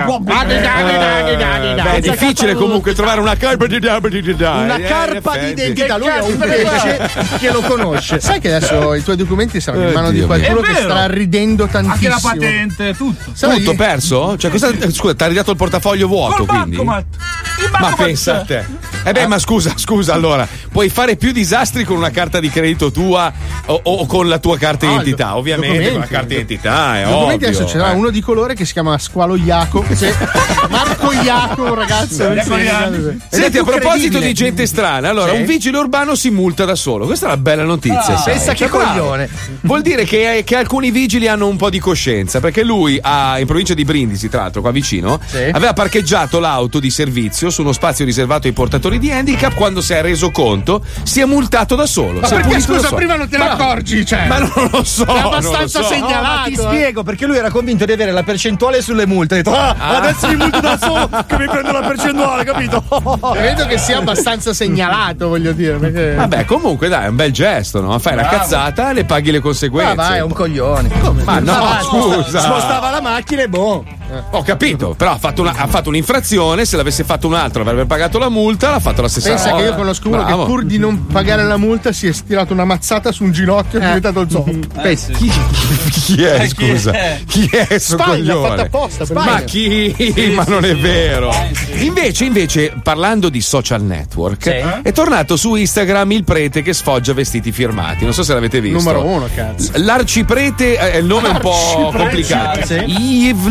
È difficile comunque trovare una carpa di identità. Una carpa di identità. Lui è un pesce che lo conosce. Sai che adesso i tuoi documenti saranno in mano di qualcuno che starà ridendo tantissimo. Anche la patente, tutto. Tutto perso? Cioè, scusa, ti ha ridato il portafoglio vuoto, quindi? Ma pensa a te. Ma scusa, allora, puoi fare più disastri con una carta di credito tua o con la tua carta di identità? Ovviamente con la carta di identità, è documenti ovvio. adesso ce n'è uno di colore che si chiama Squalo Iaco. Marco Iaco, un ragazzo. Senti, a proposito di gente strana, allora, un vigile urbano si multa da solo. Questa è una bella notizia. Pensa che coglione. Vuol dire che alcuni vigili hanno un po' di coscienza, perché lui in provincia di Brindisi, tra l'altro, qua vicino, aveva parcheggiato l'auto di servizio su uno spazio riservato ai portatori di handicap. Quando si è reso conto, si è multato da solo. Ma perché scusa, prima non te ne accorgi? Cioè, ma non lo so. È abbastanza segnalato. Ti spiego, perché lui era convinto di avere la percentuale sulle multe. Ha detto, adesso mi multo da solo che mi prendo la percentuale, capito? Credo che sia abbastanza segnalato, voglio dire. Perché... Vabbè, comunque dai, è un bel gesto, no? Fai la cazzata e le paghi le conseguenze. Ma vai, è un coglione. Come? Ma no, scusa. Spostava la macchina e boh. Ho capito, però ha fatto un'infrazione, se l'avesse fatto un altro avrebbe pagato la multa, l'ha fatto la stessa Pensa cosa. che io conosco uno che pur di non pagare la multa si è stirato una mazzata su un ginocchio e è diventato zoppo. Chi è, scusa? Chi è sto Spagna, coglione? fatta apposta per Ma me. chi? Ma non è vero. Invece, parlando di social network, è tornato su Instagram il prete che sfoggia vestiti firmati. Non so se l'avete visto. Numero 1, cazzo. L'arciprete è il nome un po' complicato. Yves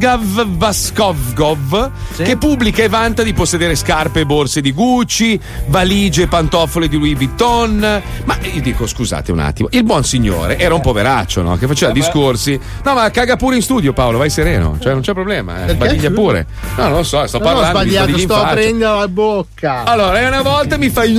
Olga Vaskovgov, che pubblica e vanta di possedere scarpe e borse di Gucci, valigie e pantofole di Louis Vuitton. Ma io dico, scusate un attimo, il buon signore era un poveraccio, no? Che faceva discorsi. No, ma caga pure in studio, Paolo, vai sereno, cioè non c'è problema, sbadiglia pure. No, non lo so, sto parlando. Ho sbagliato, sto aprendo la bocca. Allora, e una volta mi fai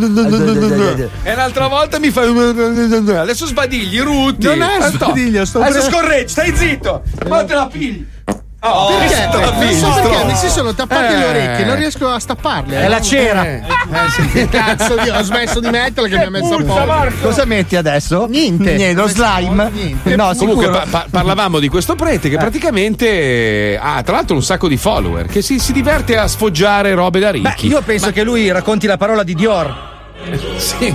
e un'altra volta mi fai adesso sbadigli, rutti. Non è sbadiglio, adesso scorreggi, stai zitto. Ma te la pigli. Perché? Non so perché mi si sono tappate le orecchie, non riesco a stapparle. È la cera. Che cazzo ho smesso di metterla che mi ha messo a poco. Cosa metti adesso? Niente. Lo slime? Niente. No, comunque parlavamo di questo prete che praticamente ha tra l'altro un sacco di follower, che si diverte a sfoggiare robe da ricchi. Io penso che lui racconti la parola di Dior. Sì,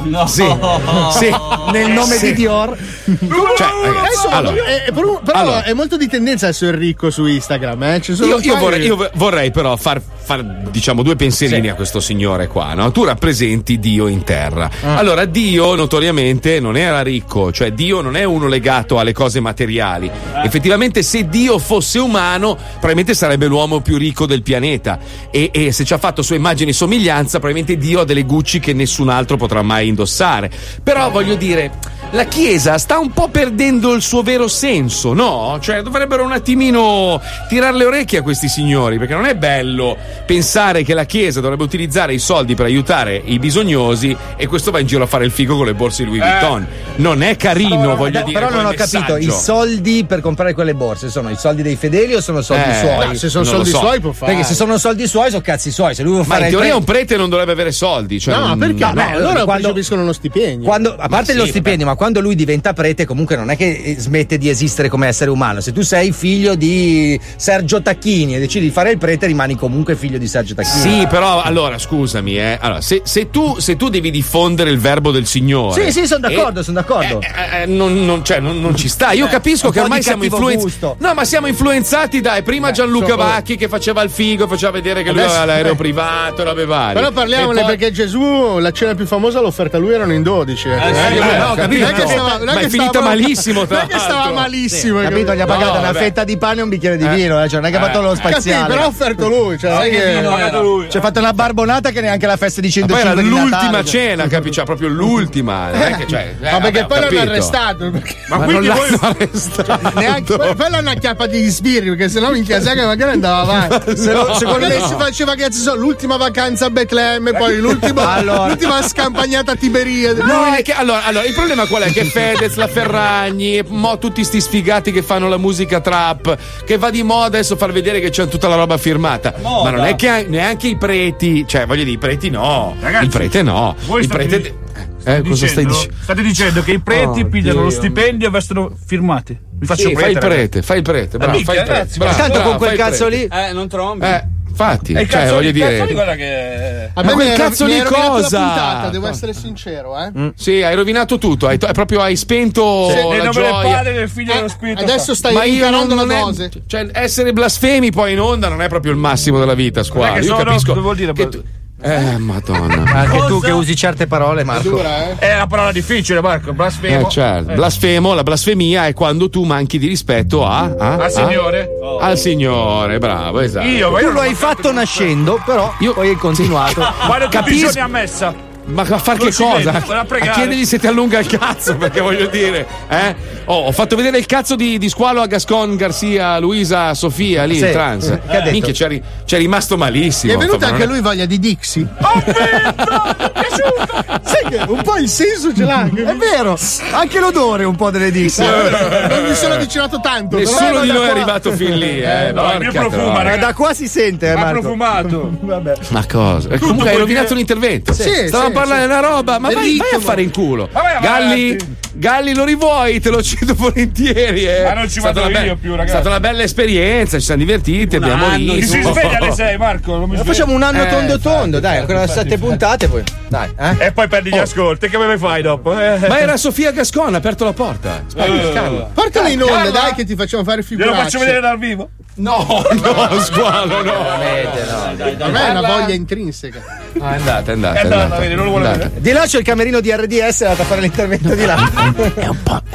nel nome di Dior. Cioè, ragazzi, però è molto di tendenza essere ricco su Instagram. Io vorrei però far diciamo due pensierini a questo signore qua, no? Tu rappresenti Dio in terra. Allora Dio notoriamente non era ricco, cioè Dio non è uno legato alle cose materiali. Effettivamente se Dio fosse umano probabilmente sarebbe l'uomo più ricco del pianeta e se ci ha fatto sua immagine e somiglianza probabilmente Dio ha delle Gucci che nessun altro potrà mai indossare. Però voglio dire, la Chiesa sta un po' perdendo il suo vero senso, no? Cioè dovrebbero un attimino tirare le orecchie a questi signori, perché non è bello pensare che la Chiesa dovrebbe utilizzare i soldi per aiutare i bisognosi e questo va in giro a fare il figo con le borse di Louis Vuitton. Non è carino, voglio dire. Però non ho capito, i soldi per comprare quelle borse sono i soldi dei fedeli o sono soldi suoi? No, se sono soldi suoi può fare. Perché se sono soldi suoi sono cazzi suoi. Se lui vuole fare in teoria un prete non dovrebbe avere soldi, cioè no, perché? Allora percepiscono uno stipendio. A parte lo stipendio, ma quando lui diventa prete comunque non è che smette di esistere come essere umano. Se tu sei figlio di Sergio Tacchini e decidi di fare il prete, rimani comunque figlio di Sergio Tacchini. Sì, però allora scusami, allora, se tu devi diffondere il verbo del Signore. Sì, sono d'accordo, non ci sta. Io capisco che ormai siamo influenzati. No, ma siamo influenzati da prima Gianluca Vacchi che faceva il figo, faceva vedere che lui aveva l'aereo privato, robe varie. Però parliamone perché Gesù, la cena più famosa l'ha offerta lui, erano in 12. No, capito. Ma è finita malissimo, tra l'altro. Non è che stava malissimo, capito? Gli ha pagato una fetta di pane e un bicchiere di vino, cioè non è che ha fatto lo spaziale. Però ha offerto lui, ci ha fatto una barbonata che neanche la festa di 105 era di l'ultima cena, capisci? Cioè, proprio l'ultima. Ma perché poi l'hanno arrestato. Ma quindi non l'hanno arrestato. Poi l'hanno acchiappati di sbirri, perché sennò minchia sai che magari andava avanti. Secondo me si faceva cazzo l'ultima vacanza a Betlemme, poi l'ultima scampagnata a Tiberiade. No, è che allora il problema qual è? Che Fedez, la Ferragni, tutti sti sfigati che fanno la musica trap, che va di moda adesso far vedere che c'è tutta la roba firmata. Ma non è che neanche i preti, cioè voglio dire, i preti no. Ragazzi, il prete no. Il prete cosa stai dicendo? State dicendo che i preti pigliano lo stipendio e vestono firmati. Mi faccio fai il prete, bravo, fai il prete. Tanto con quel cazzo lì non trombi. Infatti, voglio dire. Guarda che. Ma quel cazzo di cosa? Puntata, devo essere sincero, Sì, hai rovinato tutto. Hai spento la gioia. Del Padre, del Figlio e dello Spirito. Adesso stai imparando la dose. Cioè, essere blasfemi poi in onda non è proprio il massimo della vita, squadra. Io capisco. Cosa vuol dire? Madonna. Anche tu che usi certe parole, Marco. È una parola difficile, Marco. Blasfemo. Certo. Blasfemo, la blasfemia è quando tu manchi di rispetto al Signore. Al Signore, bravo, esatto. Tu lo hai fatto nascendo, però poi hai continuato. Guarda tutti i giorni a messa. Ma a far che cosa? A chiedergli se ti allunga il cazzo, perché voglio dire, ho fatto vedere il cazzo di squalo a Gascon Garcia, Luisa, Sofia lì in trans. Minchia, c'è rimasto malissimo. È venuto anche lui voglia di Dixie. Sai che un po' il senso ce l'ha. È vero, anche l'odore un po' delle Dixie. Non mi sono avvicinato tanto. Nessuno di noi è arrivato fin lì. Il mio profuma, da qua si sente, ma Marco. profumato. Vabbè. Ma cosa? Comunque hai rovinato l'intervento. Stavamo parlando di una roba, ma vai a fare in culo. Galli, lo rivuoi? Te lo cedo volentieri. Ma non ci vado io più, ragazzi. È stata una bella esperienza, ci siamo divertiti, abbiamo riso. Si sveglia alle 6, Marco. Facciamo un anno tondo, dai, ancora 7 puntate poi. Dai, E poi perdi gli ascolti, che me fai dopo? Ma era Sofia Gascon, ha aperto la porta. Portala in onda, dai, che ti facciamo fare figuracce. Lo faccio vedere dal vivo? No, squalo, no. Per me è una voglia intrinseca. È andata. Vedi, non lo vuole vedere. Di là c'è il camerino di RDS, è andato a fare l'intervento di là. È un po' inquinato.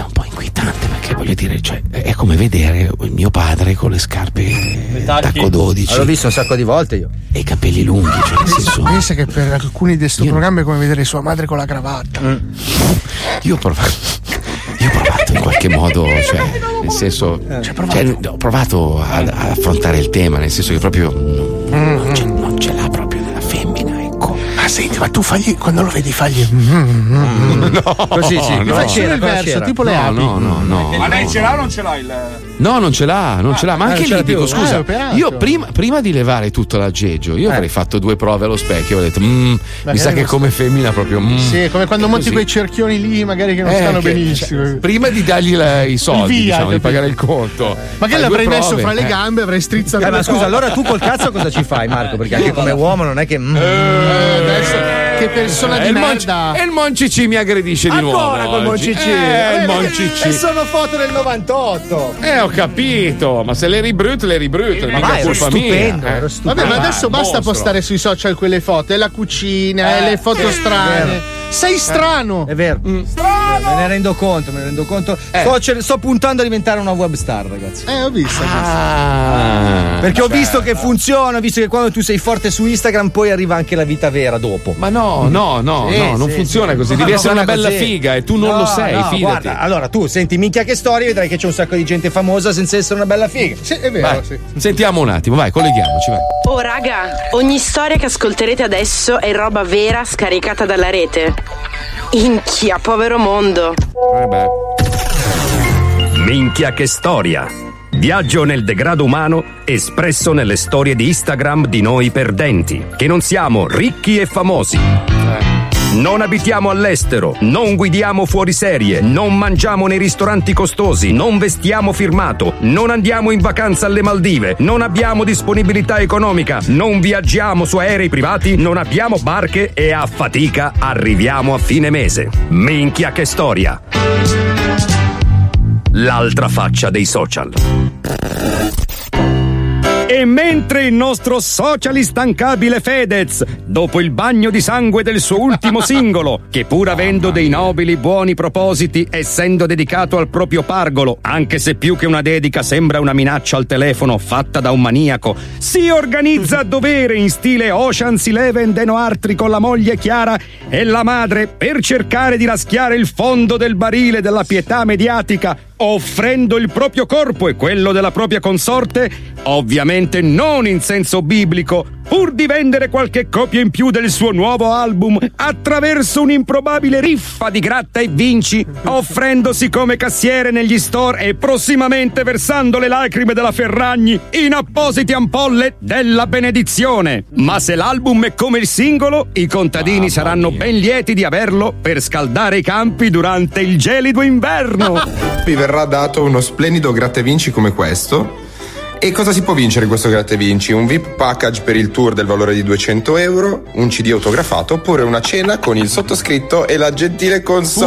irritante, perché voglio dire, cioè, è come vedere il mio padre con le scarpe tacco 12. L'ho visto un sacco di volte io. E i capelli lunghi, cioè nel senso. Pensa che per alcuni di questo programma è come vedere sua madre con la cravatta. Io ho provato in qualche modo, cioè, nel senso, ho provato ad affrontare il tema, nel senso che proprio non ce l'ha proprio della femmina, ecco. Ah, senti, ma tu fagli, quando lo vedi, fagli. No, così sì, no, facci il verso, tipo le api. No. Ma lei ce l'ha o non ce l'ha il. No, non ce l'ha, ma anche lì dico, scusa, operato. io prima di levare tutto l'aggeggio, io avrei fatto 2 prove allo specchio, ho detto, mi sa che come femmina proprio. Sì, è come quando monti quei cerchioni lì, magari che non stanno benissimo. Cioè, prima di dargli i soldi, diciamo, di pagare il conto. Magari l'avrei messo fra le gambe, avrei strizzato. Ma scusa, allora tu col cazzo cosa ci fai, Marco? Perché anche come uomo non è che. Adesso che persona di merda. E il Moncicci mi aggredisce di nuovo. Ancora col Moncicci. Il Moncicci. E sono foto del 98. Ho capito, ma se le ribrut, ma vai, è colpa mia. Vabbè, ma adesso basta postare sui social quelle foto, è la cucina, le foto strane. Sei strano. È vero. Strano! Me ne rendo conto. Sto puntando a diventare una web star, ragazzi. Ho visto. Perché ho visto che funziona, ho visto che quando tu sei forte su Instagram poi arriva anche la vita vera dopo. Ma no, non funziona così. Devi essere una bella figa e tu non lo sei, fidati. Guarda, allora tu senti minchia che storia, vedrai che c'è un sacco di gente famosa senza essere una bella figa. Sì, è vero, vai, sì. Sentiamo un attimo, vai, colleghiamoci, vai. Oh raga, ogni storia che ascolterete adesso è roba vera scaricata dalla rete. Inchia, povero mondo. Minchia che storia. Viaggio nel degrado umano espresso nelle storie di Instagram di noi perdenti, che non siamo ricchi e famosi. Non abitiamo all'estero, non guidiamo fuori serie, non mangiamo nei ristoranti costosi, non vestiamo firmato, non andiamo in vacanza alle Maldive, non abbiamo disponibilità economica, non viaggiamo su aerei privati, non abbiamo barche e a fatica arriviamo a fine mese. Minchia che storia! L'altra faccia dei social. E mentre il nostro social instancabile Fedez, dopo il bagno di sangue del suo ultimo singolo, che pur avendo dei nobili buoni propositi, essendo dedicato al proprio pargolo, anche se più che una dedica sembra una minaccia al telefono fatta da un maniaco, si organizza a dovere in stile Ocean's Eleven de Noartri con la moglie Chiara e la madre per cercare di raschiare il fondo del barile della pietà mediatica, offrendo il proprio corpo e quello della propria consorte, ovviamente non in senso biblico, pur di vendere qualche copia in più del suo nuovo album attraverso un'improbabile riffa di gratta e vinci, offrendosi come cassiere negli store e prossimamente versando le lacrime della Ferragni in apposite ampolle della benedizione. Ma se l'album è come il singolo, i contadini saranno ben lieti di averlo per scaldare i campi durante il gelido inverno. Vi verrà dato uno splendido gratta e vinci come questo. E cosa si può vincere in questo gratta e vinci? Un VIP package per il tour del valore di 200 euro, un CD autografato oppure una cena con il sottoscritto e la gentile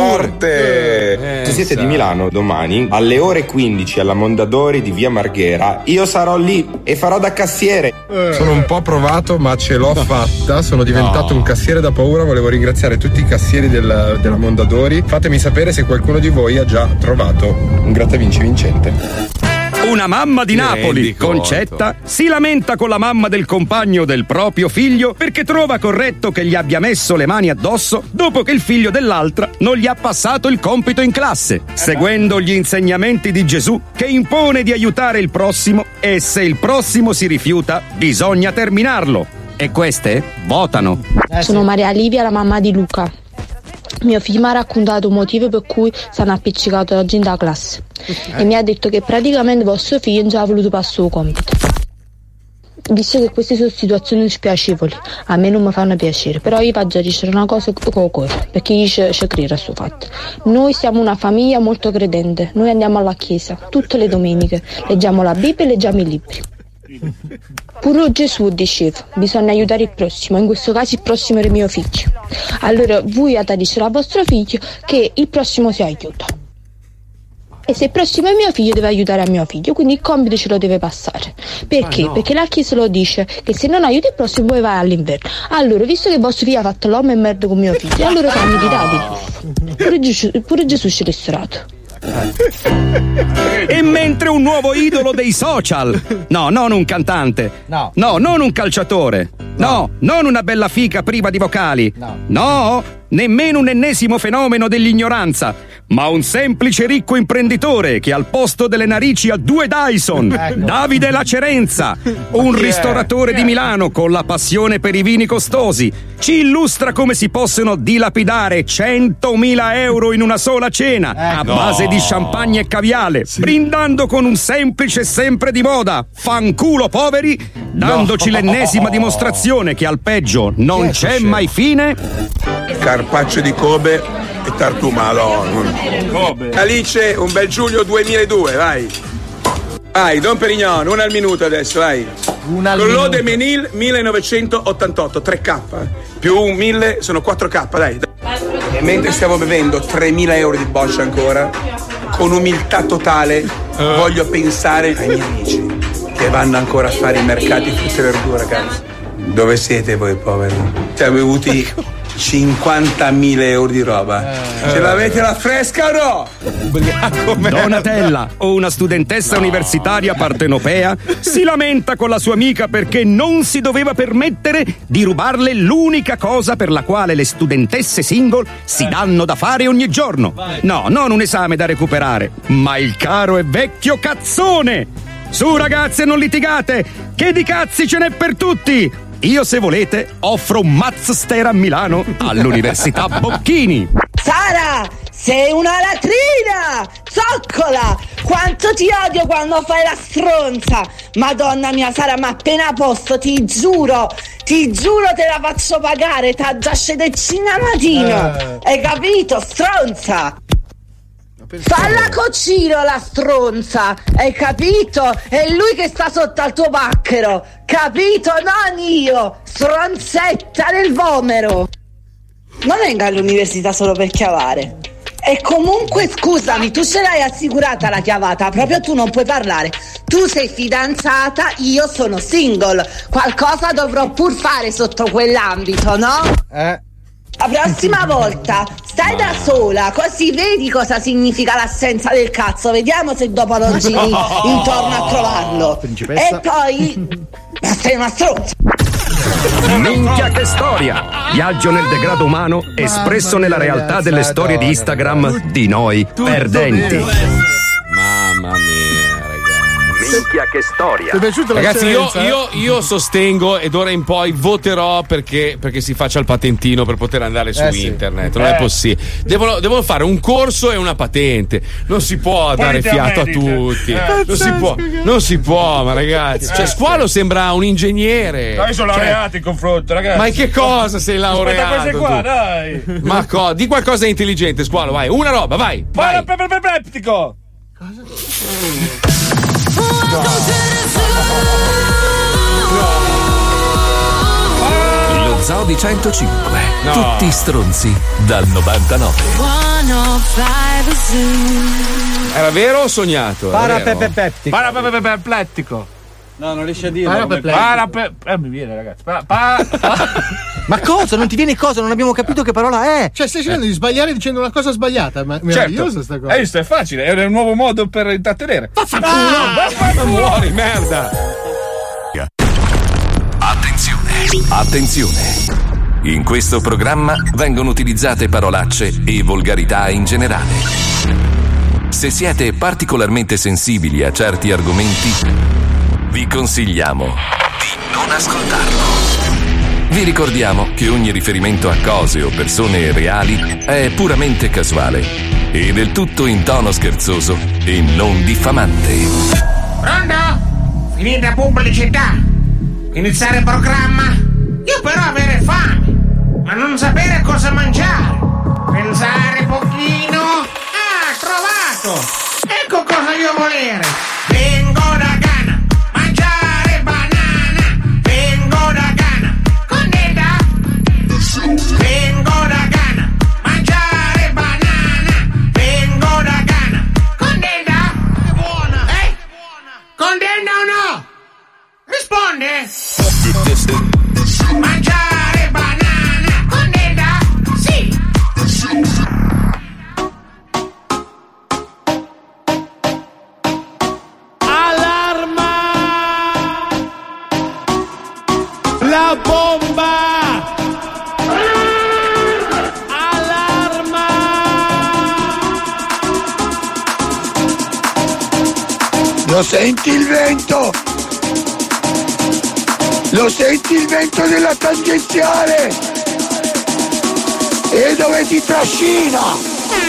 consorte. Se siete di Milano domani alle ore 15 alla Mondadori di via Marghera, io sarò lì e farò da cassiere. Sono un po' provato ma ce l'ho fatta, sono diventato un cassiere da paura. Volevo ringraziare tutti i cassieri della Mondadori. Fatemi sapere se qualcuno di voi ha già trovato un gratta e vinci vincente. Una mamma di Napoli, Concetta, si lamenta con la mamma del compagno del proprio figlio perché trova corretto che gli abbia messo le mani addosso dopo che il figlio dell'altra non gli ha passato il compito in classe, seguendo gli insegnamenti di Gesù che impone di aiutare il prossimo e se il prossimo si rifiuta bisogna terminarlo. E queste votano. Sono Maria Livia, la mamma di Luca. Mio figlio mi ha raccontato un motivo per cui sono appiccicato oggi in classe e mi ha detto che praticamente vostro figlio non ci ha voluto passare il compito. Visto che queste sono situazioni spiacevoli, a me non mi fanno piacere, però io faccio dicere una cosa con il cuore, perché io ci credo a questo fatto. Noi siamo una famiglia molto credente, noi andiamo alla chiesa tutte le domeniche, leggiamo la Bibbia e leggiamo i libri. Pure Gesù diceva, bisogna aiutare il prossimo, in questo caso il prossimo era mio figlio. Allora voi avete detto a vostro figlio che il prossimo si aiuta. E se il prossimo è mio figlio deve aiutare a mio figlio, quindi il compito ce lo deve passare. Perché? Perché la Chiesa lo dice che se non aiuti il prossimo poi vai all'inverno. Allora, visto che vostro figlio ha fatto l'uomo e merda con mio figlio, allora fammi di dati. Pure Gesù ci è restaurato. E mentre un nuovo idolo dei social, no, non un cantante, no, non un calciatore, no, non una bella fica priva di vocali, no, nemmeno un ennesimo fenomeno dell'ignoranza, ma un semplice ricco imprenditore che al posto delle narici ha 2 Dyson, Davide Lacerenza, un ristoratore di Milano con la passione per i vini costosi, ci illustra come si possono dilapidare 100.000 euro in una sola cena a base di champagne e caviale, brindando con un semplice sempre di moda, fanculo poveri, dandoci l'ennesima dimostrazione che al peggio non c'è mai fine. Carpaccio di Kobe e tartumalo. Alice, un bel Giulio 2002, vai. Vai, Don Perignon, una al minuto adesso, vai. Con l'Ode Menil 1988, 3K. Più un 1000 sono 4K, dai. E mentre stiamo bevendo 3.000 euro di boccia ancora, con umiltà totale, voglio pensare ai miei amici che vanno ancora a fare i mercati frutta e verdura, ragazzi. Dove siete voi, poveri? Ci avete avuti 50.000 euro di roba. Ce l'avete la fresca o no? Donatella, o una studentessa universitaria partenopea, si lamenta con la sua amica perché non si doveva permettere di rubarle l'unica cosa per la quale le studentesse single si danno da fare ogni giorno. No, non un esame da recuperare, ma il caro e vecchio cazzone. Su ragazze, non litigate, che di cazzi ce n'è per tutti. Io, se volete, offro un Mazster a Milano all'Università Bocchini. Sara, sei una latrina! Zoccola! Quanto ti odio quando fai la stronza! Madonna mia, Sara, ma appena posso, ti giuro te la faccio pagare, t'ha già scedeccina matino! Hai capito, stronza? Falla cocino la stronza, hai capito? È lui che sta sotto al tuo pacchero, capito? Non io, stronzetta del vomero. Non venga all'università solo per chiavare. E comunque scusami, tu ce l'hai assicurata la chiavata, proprio tu non puoi parlare. Tu sei fidanzata, io sono single. Qualcosa dovrò pur fare sotto quell'ambito, no? La prossima volta stai da sola, così vedi cosa significa l'assenza del cazzo. Vediamo se dopo non giri intorno a trovarlo. Principessa. E poi ma sei una stronza. Minchia che storia! Viaggio nel degrado umano espresso nella realtà delle storie di Instagram di noi perdenti. Mamma mia, ragazzi. Minchia che storia! Ti è piaciuta la Ragazzi, scemenza? io sostengo e d'ora in poi voterò perché si faccia il patentino per poter andare su internet. Non è possibile. Devono fare un corso e una patente. Non si può dare fiato a tutti. Non si può, ma ragazzi. Cioè, Squalo sembra un ingegnere. Dai, sono laureato in confronto, ragazzi. Ma in che cosa sei laureato? Aspetta, queste qua, dai. Ma di qualcosa di intelligente, Squalo, vai. Una roba, vai. Parapleptico. Lo Zoo di 105. Tutti stronzi dal 99. Era vero o sognato? Parapleptico. No, non riesci a dire. Mi viene, ragazzi. Ma cosa? Non ti viene cosa? Non abbiamo capito che parola è. Cioè, stai cercando di sbagliare dicendo una cosa sbagliata. Ma meravigliosa sta cosa. Hai visto? È facile, è un nuovo modo per intrattenere. Muori, merda. Attenzione! In questo programma vengono utilizzate parolacce e volgarità in generale. Se siete particolarmente sensibili a certi argomenti, vi consigliamo di non ascoltarlo. Vi ricordiamo che ogni riferimento a cose o persone reali è puramente casuale e del tutto in tono scherzoso e non diffamante. Pronto? Finita pubblicità? Iniziare il programma? Io però avere fame, ma non sapere cosa mangiare. Pensare pochino. Ah, trovato! Ecco cosa io volere. Vengo da Ghana, mangiare banana. Vengo da Ghana, condetta. Vengo da Ghana, mangiare banana. Vengo da Ghana, condetta. È buona. Condetta o no? Risponde. Mangiare banana, condetta. Sì. Lo senti il vento? Lo senti il vento della tangenziale? E dove ti trascina?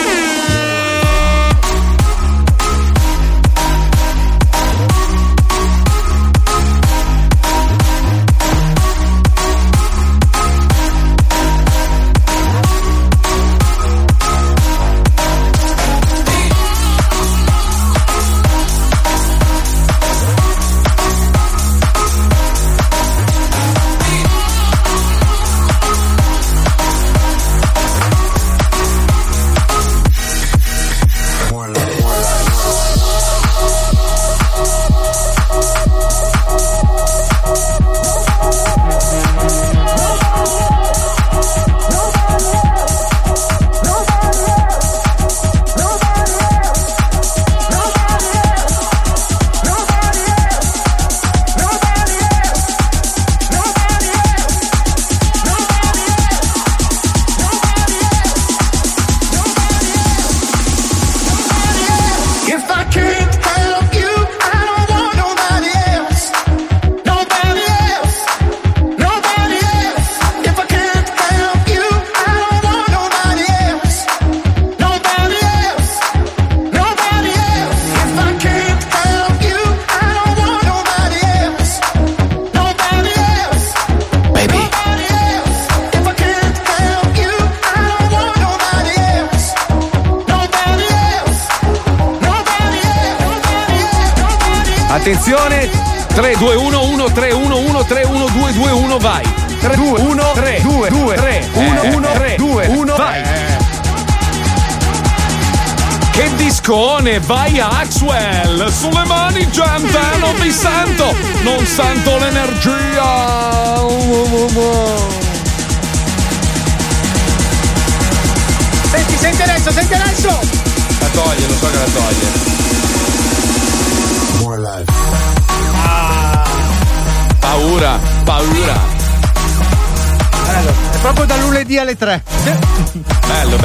Attenzione, 3, 2, 1, 1, 3, 1, 1, 3, 1, 2, 2, 1, vai. 3, 2, 1, 3, 2, 2, 3, 1, 1, 3, 2, 1, vai. Che discone, vai Axwell, sulle mani gente, non mi sento, non sento l'energia. Senti adesso. La toglie, lo so che la toglie. More life. Paura. È proprio da lunedì alle 3. Bello.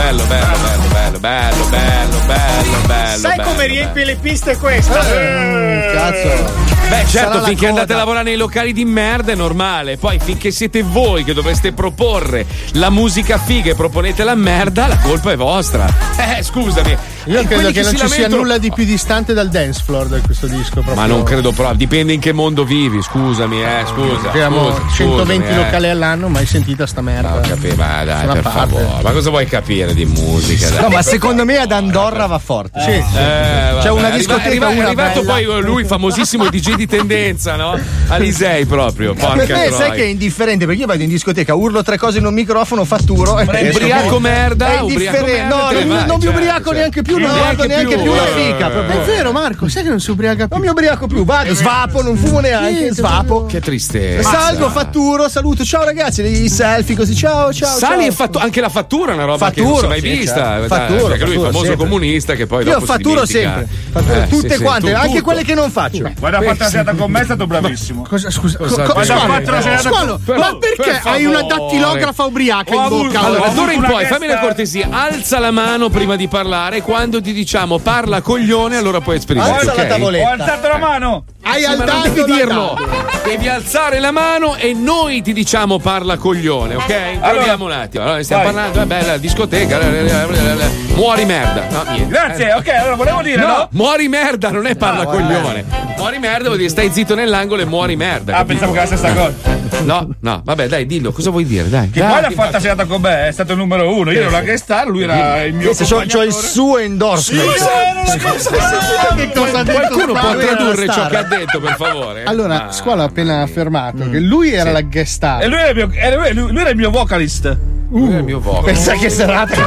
Sai come riempie le piste questa? Cazzo. Beh, certo, Sarà finché la andate a coda. lavorare nei locali di merda è normale. Poi finché siete voi che dovreste proporre la musica figa e proponete la merda, la colpa è vostra. Scusami. Io credo quelli che non si ci sia lamentano- nulla di più distante dal dance floor da questo disco. Proprio. Ma non credo proprio. Dipende in che mondo vivi, scusami, scusa. Abbiamo scusa, 120 scusami, locali all'anno, mai sentita sta merda. Ho capito, ma dai, Sono a per parte. favore. Ma cosa vuoi capire di musica? Dai? No, ma secondo me ad Andorra va forte. Sì. C'è una discoteca, È una arrivato bella. poi lui, famosissimo DJ di tendenza, no? Alisei proprio. Per Porca me troia. sai che è indifferente perché io vado in discoteca, urlo 3 cose in un microfono, fatturo e Ubriaco merda, è ubriaco indifferente. merda, No, te ne vai, non mi certo, ubriaco neanche più, non Neanche guardo neanche più, più la fica. proprio. È vero, Marco, sai che non si ubriaca più? Non mi ubriaco più, vado, svapo, non fumo neanche, Niente, svapo. Che tristezza. Salgo, fatturo, saluto, ciao ragazzi, i selfie così, ciao. Sali e ciao. anche la fattura è una roba che non si è mai sì, vista. certo. Dai, Fatturo, perché lui è il famoso sempre. comunista che poi Io dopo fatturo si dimentica. sempre, fatturo tutte sì, quante, tu- anche tutto. quelle che non faccio. Guarda a fare la serata con me è stato bravissimo. Scusa, Squalo, ma perché hai una dattilografa ubriaca in bocca? Allora, d'ora in una poi, testa- fammi la cortesia, alza la mano prima di parlare e quando ti diciamo parla coglione, allora puoi esprimere. Alza la tavoletta. Ho alzato la mano. Hai Sì, ma non alzato devi la dirlo, devi alzare la mano e noi ti diciamo parla coglione, ok? Proviamo un attimo. Allora, stiamo vai. parlando, bella discoteca, muori merda. No, niente. Grazie, ok, allora volevo dire, no? Muori merda, non è parla coglione. Muori merda vuol dire stai zitto nell'angolo e muori merda. Ah, capito? pensavo che era la stessa cosa. No, vabbè, dai, dillo, cosa vuoi dire? Dai. Che poi l'ha fatta serata con me, è stato il numero 1. Io ero la guest star, lui era il mio C'ho il suo endorsement. Che cosa ha detto Qualcuno può Squalo? tradurre ciò star. che ha detto, per favore? Allora, Squalo ha appena affermato che lui era la guest star. E lui era il mio vocalist. Lui è il mio voto. Pensa che serata.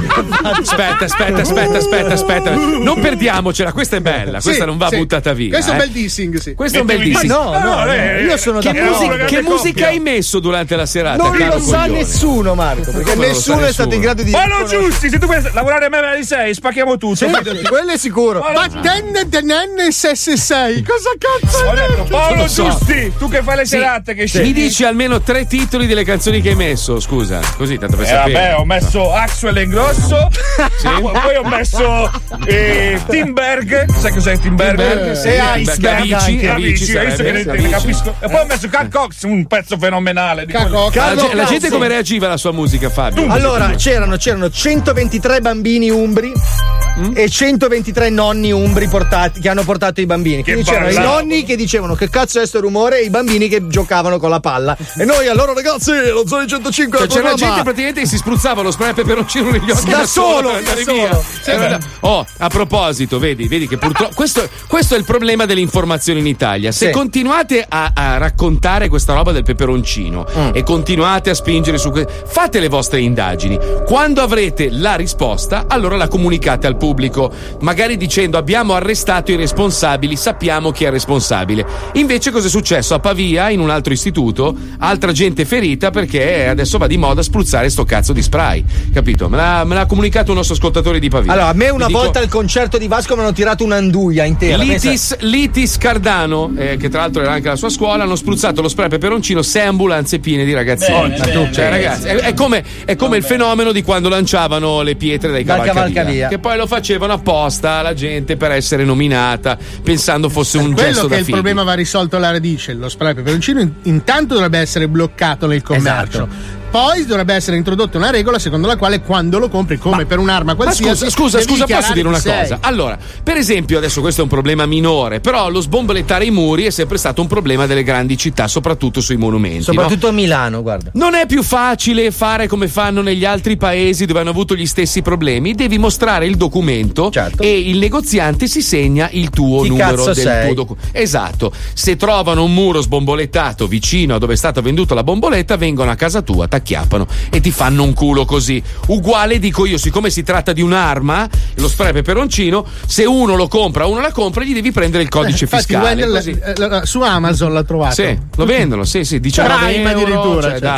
Aspetta. Non perdiamocela, questa è bella, questa Sì, non va sì. buttata via. Questo è un bel dissing, sì. Questo è un bel Mettimi- dissing. No, io sono Che, d'accordo. che musica hai messo durante la serata? Non caro lo sa coglione? nessuno, Marco, perché Come non lo sa nessuno è stato in nessuno? grado di. Ma lo giusti, se tu vuoi lavorare a me alle 6, spacchiamo tutto. Sì, quello è sicuro. Ma tenne SS6, cosa cazzo Ho hai detto, detto? Paolo lo so. Giusti, tu che fai le serate, che Mi scegli. dici almeno 3 titoli delle canzoni che hai messo, scusa, così tanto per sapevo. Vabbè, ho messo Axwell e Ingrosso, poi ho messo Timberg, sai cos'è Timberg? Sì, Avicii, capisco. E poi ho messo Carl Cox, un pezzo fenomenale. La gente come reagiva alla sua musica, Fabio? Allora, c'erano 123 bambini umbri e 123 nonni umbri che hanno portato i bambini. Quindi c'erano i nonni che dicevano che cazzo è sto rumore e i bambini che giocavano con la palla. E noi allora ragazzi, lo Zoni 105 cioè, c'era gente praticamente che si spruzzava lo spray peperoncino negli occhi da solo. A proposito, vedi che purtroppo questo è il problema delle informazioni in Italia. Se continuate a raccontare questa roba del peperoncino e continuate a spingere su fate le vostre indagini. Quando avrete la risposta, allora la comunicate al pubblico, magari dicendo abbiamo arrestato i responsabili, sappiamo chi è responsabile. Invece cosa è successo? A Pavia, in un altro istituto, altra gente ferita perché adesso va di moda spruzzare sto cazzo di spray, capito? Me l'ha comunicato un nostro ascoltatore di Pavia. Allora, a me una volta al concerto di Vasco mi hanno tirato un'anduia intera. Litis Cardano, che tra l'altro era anche la sua scuola, hanno spruzzato lo spray peperoncino 6 ambulanze piene di ragazzini. Ragazzi, è come il fenomeno di quando lanciavano le pietre dai cavalcavia, che poi lo facevano apposta alla gente per essere nominata, pensando fosse un gesto da quello che figli. il problema va risolto alla radice. Lo spray peperoncino intanto dovrebbe essere bloccato nel commercio. Esatto. Poi dovrebbe essere introdotta una regola secondo la quale quando lo compri, come per un'arma qualsiasi. Scusa, posso dire una cosa? Allora, per esempio, adesso questo è un problema minore, però lo sbombolettare i muri è sempre stato un problema delle grandi città, soprattutto sui monumenti. Soprattutto a Milano, guarda. Non è più facile fare come fanno negli altri paesi dove hanno avuto gli stessi problemi. Devi mostrare il documento e il negoziante si segna il tuo numero del tuo documento. Esatto. Se trovano un muro sbombolettato vicino a dove è stata venduta la bomboletta, vengono a casa tua, acchiappano e ti fanno un culo così. Uguale dico io, siccome si tratta di un'arma, lo spray peperoncino, se uno lo compra, uno la compra, gli devi prendere il codice fiscale. Su Amazon l'ha trovato. Sì, lo vendono, sì, 19 euro addirittura, cioè,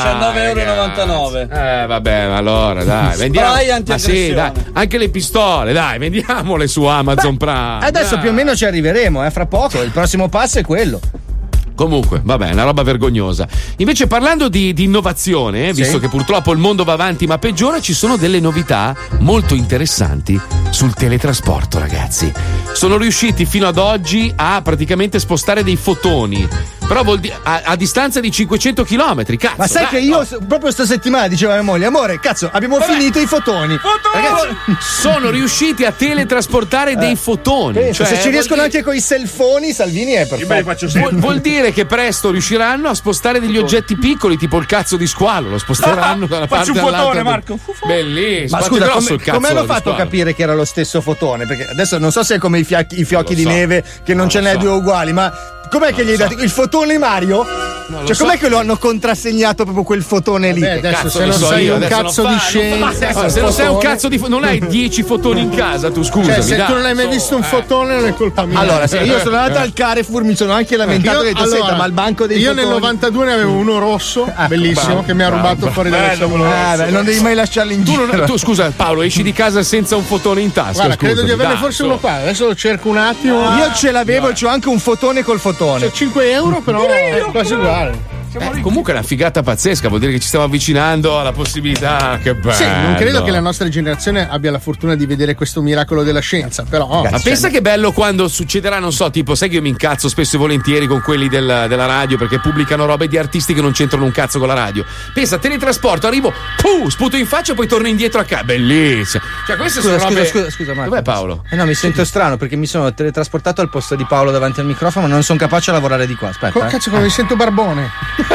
19,99 €. Vabbè, ma allora dai, vendiamo. Ma sì, dai, anche le pistole, dai, vendiamole su Amazon Prime. Adesso più o meno ci arriveremo, fra poco. Il prossimo passo è quello. Comunque, vabbè, è una roba vergognosa. Invece, parlando di innovazione, visto che purtroppo il mondo va avanti ma peggiora, ci sono delle novità molto interessanti sul teletrasporto, ragazzi. Sono riusciti fino ad oggi a praticamente spostare dei fotoni. Però vuol dire a distanza di 500 km, cazzo. Ma sai che io proprio sta settimana dicevo a mia moglie, amore, cazzo, abbiamo finito i fotoni. Ragazzi, sono riusciti a teletrasportare dei fotoni. Cioè, se ci riescono anche con i cellfoni, Salvini è perfetto. Vuol dire che presto riusciranno a spostare degli oggetti piccoli, tipo il cazzo di squalo. Lo sposteranno da una parte all'altra. Faccio un fotone, Marco. Bellissimo. Ma scusa, come hanno fatto a capire che era lo stesso fotone? Perché adesso non so se è come i fiocchi di neve, che non ce n'è due uguali, ma com'è che gli hai dato il fotone Mario? Cioè, com'è che lo hanno contrassegnato proprio quel fotone lì? Adesso se non sei un cazzo di scienza, se non sei un cazzo di non hai 10 fotoni in casa, tu scusami. Cioè, se tu non hai mai visto un fotone, non è colpa mia. Allora, se io sono andato al Carrefour, mi sono anche lamentato e ho detto, senta, ma il banco dei fotoni. Io nel 92 ne avevo uno rosso, bellissimo, che mi ha rubato fuori dalle sue. Non devi mai lasciarlo in giro. Tu scusa, Paolo, esci di casa senza un fotone in tasca. Guarda, credo di averne forse uno qua. Adesso lo cerco un attimo. Io ce l'avevo e c'ho anche un fotone col fotone. 5 euro, però è quasi uguale. Comunque è una figata pazzesca, vuol dire che ci stiamo avvicinando alla possibilità. Che bello. Sì, non credo che la nostra generazione abbia la fortuna di vedere questo miracolo della scienza, però. Ma pensa che bello quando succederà, non so, tipo, sai che io mi incazzo spesso e volentieri con quelli della radio perché pubblicano robe di artisti che non c'entrano un cazzo con la radio. Pensa, teletrasporto, arrivo, sputo in faccia e poi torno indietro a casa. Bellissimo. Cioè, queste sono robe. Scusa, Marco. Dov'è Paolo? No, mi sento strano perché mi sono teletrasportato al posto di Paolo davanti al microfono, ma non sono capace a lavorare di qua. Aspetta. Cazzo, come mi sento barbone.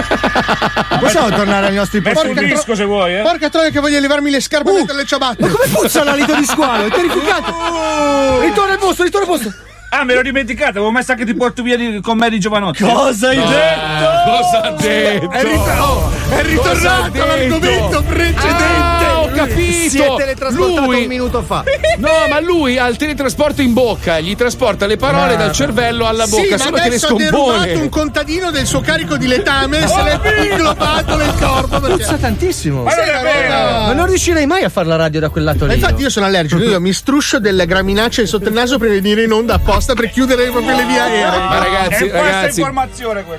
Possiamo tornare ai nostri disco se vuoi, Porca troia che voglio levarmi le scarpe e mettere le ciabatte. Ma come puzza l'alito di squalo? È terrificante. Ritorna al posto. Ah, me l'ho dimenticato, avevo messo anche ti porto via con me di Giovanotti. Cosa hai detto? Cosa ha detto? È ritornato l'argomento precedente. Ho capito. Si è teletrasportato un minuto fa. No, ma lui ha il teletrasporto in bocca, gli trasporta le parole dal cervello alla bocca, sì, solo ma che ne scompone. Ha derubato un contadino del suo carico di letame, se l'è inglobato nel corpo. Puzza tantissimo. Ma non è vero. Ma non riuscirei mai a fare la radio da quel lato lì. Infatti io sono allergico, io mi struscio delle graminacce sotto il naso prima di venire in onda apposta per chiudere proprio le vie aeree. Ma è questa informazione questa.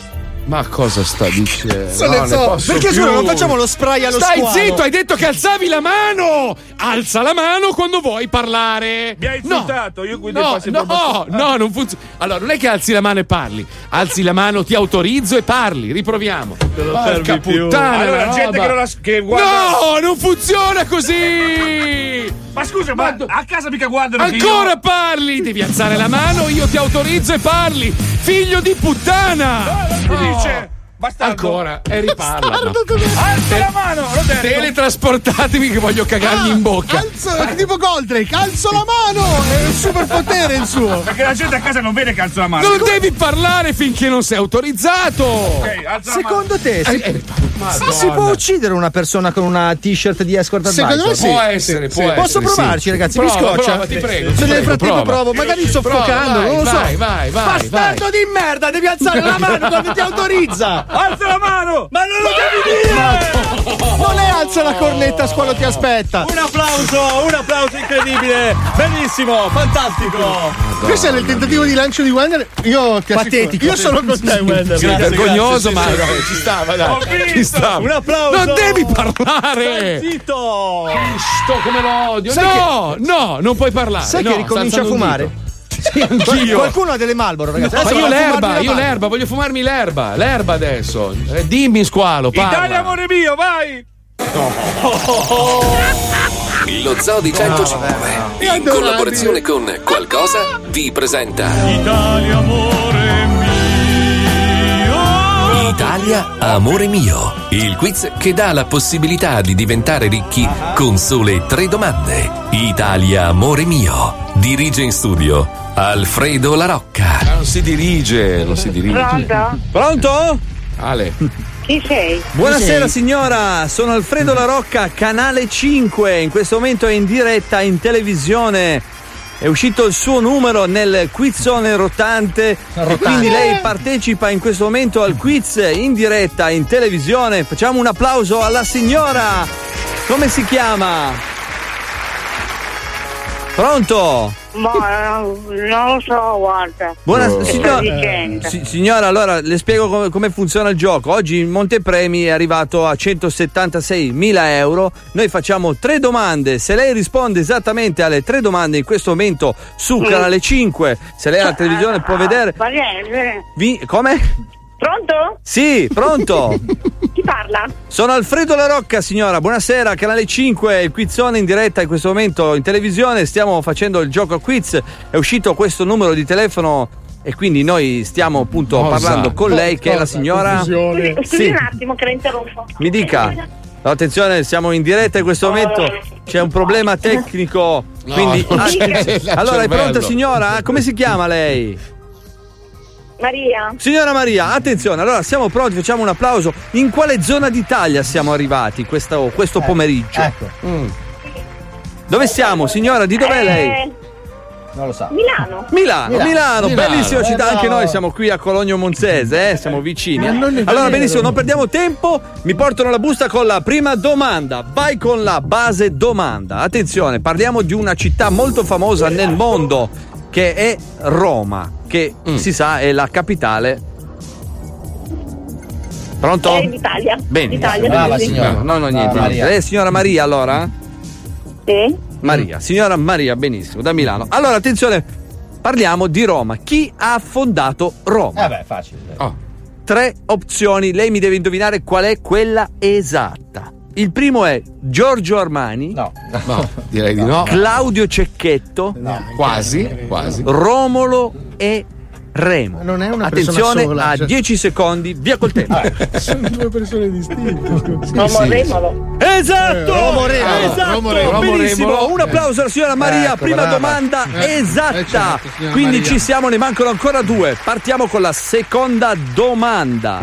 Ma cosa sta dicendo? Perché scusa, non facciamo lo spray allo Stai squalo? zitto, hai detto che alzavi la mano! Alza la mano quando vuoi parlare! Mi hai insultato, io qui No, non funziona. Allora, non è che alzi la mano e parli. Alzi la mano, ti autorizzo e parli. Riproviamo. Porca puttana! Allora, la gente roba. che guarda. No, non funziona così! Ma scusa, ma a casa mica guardano che Ancora parli! Devi alzare la mano, io ti autorizzo e parli! Figlio di puttana! Ti dice? Bastardo. Ancora, e riparla. Alza la mano, l'ho detto. Teletrasportatemi che voglio cagargli in bocca. Tipo Goldrake, alzo la mano! È un superpotere il suo! Perché la gente a casa non vede che alzo la mano. Non devi parlare finché non sei autorizzato. Ok, alza la mano. Secondo te si può uccidere una persona con una t-shirt di Escort Advisor? Secondo me sì. Può essere. Posso provarci, ragazzi? Prova, mi scoccia? prova, ti prego, Se ti nel prego, frattempo prova. provo, magari soffocando, non lo so. Vai. Bastardo di merda, devi alzare la mano quando ti autorizza! Alza la mano! Ma non lo devi dire! Non è alza la cornetta, squalo ti aspetta! Un applauso incredibile! Bellissimo, fantastico! Questo è il tentativo di lancio di Wender. Io ti Patetico. Io sono con te, Wender. Vergognoso, ma sì. ci stava, dai. Ho vinto. Ci stava. Un applauso! Non devi parlare! Zitto! Sto come lo odio. No, non puoi parlare. Sai no, che ricomincia a sta alzando un fumare? dito. Sì, anch'io. Qualcuno ha delle Marlboro, ragazzi. Ma Adesso io vado a fumarmi la l'erba, mano. voglio fumarmi l'erba adesso. Dimmi, squalo, parla. Italia, amore mio, vai! Lo Zoo di 105, in collaborazione con Qualcosa, vi presenta Italia, amore mio! Italia, amore mio, il quiz che dà la possibilità di diventare ricchi con sole 3 domande. Italia, amore mio, dirige in studio Alfredo La Rocca. Non si dirige. Pronto? Pronto? Ale. Chi sei? Buonasera signora, sono Alfredo La Rocca, canale 5. In questo momento è in diretta in televisione. È uscito il suo numero nel quizzone rotante. E quindi lei partecipa in questo momento al quiz in diretta in televisione. Facciamo un applauso alla signora. Come si chiama? Pronto? Ma non lo so, guarda. Signora, allora le spiego come funziona il gioco. Oggi il montepremi è arrivato a 176.000 euro. Noi facciamo 3 domande. Se lei risponde esattamente alle 3 domande in questo momento su canale 5, se lei ha la televisione può vedere. Come? Pronto? Sì, pronto. Chi parla? Sono Alfredo La Rocca, signora. Buonasera, canale 5, il quizzone in diretta in questo momento in televisione. Stiamo facendo il gioco a quiz. È uscito questo numero di telefono e quindi noi stiamo appunto parlando con lei, che è la signora. Scusi un attimo che la interrompo. Mi dica. Attenzione, siamo in diretta in questo momento. C'è un problema tecnico. Quindi. Allora, è pronta, signora? Come si chiama lei? Maria. Signora Maria, attenzione, allora siamo pronti, facciamo un applauso. In quale zona d'Italia siamo arrivati questo pomeriggio? Ecco. Dove siamo, signora? Di dov'è lei? Non lo sa. Milano, bellissima città, anche noi siamo qui a Cologno Monzese, siamo vicini. Allora, benissimo, non perdiamo tempo, mi portano la busta con la prima domanda. Vai con la base domanda. Attenzione, parliamo di una città molto famosa nel mondo, che è Roma, che si sa è la capitale. Pronto? L'Italia. Bene. Italia, Brava sì. signora. No, niente. Maria. Lei è signora Maria allora? Sì. Maria, signora Maria, benissimo, da Milano. Allora, attenzione, parliamo di Roma. Chi ha fondato Roma? Beh, facile. 3 opzioni, lei mi deve indovinare qual è quella esatta. Il primo è Giorgio Armani. No, direi di no. Claudio Cecchetto. Quasi. Romolo e Remo. Non è una Attenzione, persona sola, a 10 secondi, via col tempo. Sono 2 persone distinte. Remolo. Esatto! Romo Remolo. Benissimo, un applauso alla signora Maria. Ecco, prima brava. esatta. Certo, signora Quindi Maria. ci siamo, ne mancano ancora 2. Partiamo con la seconda domanda.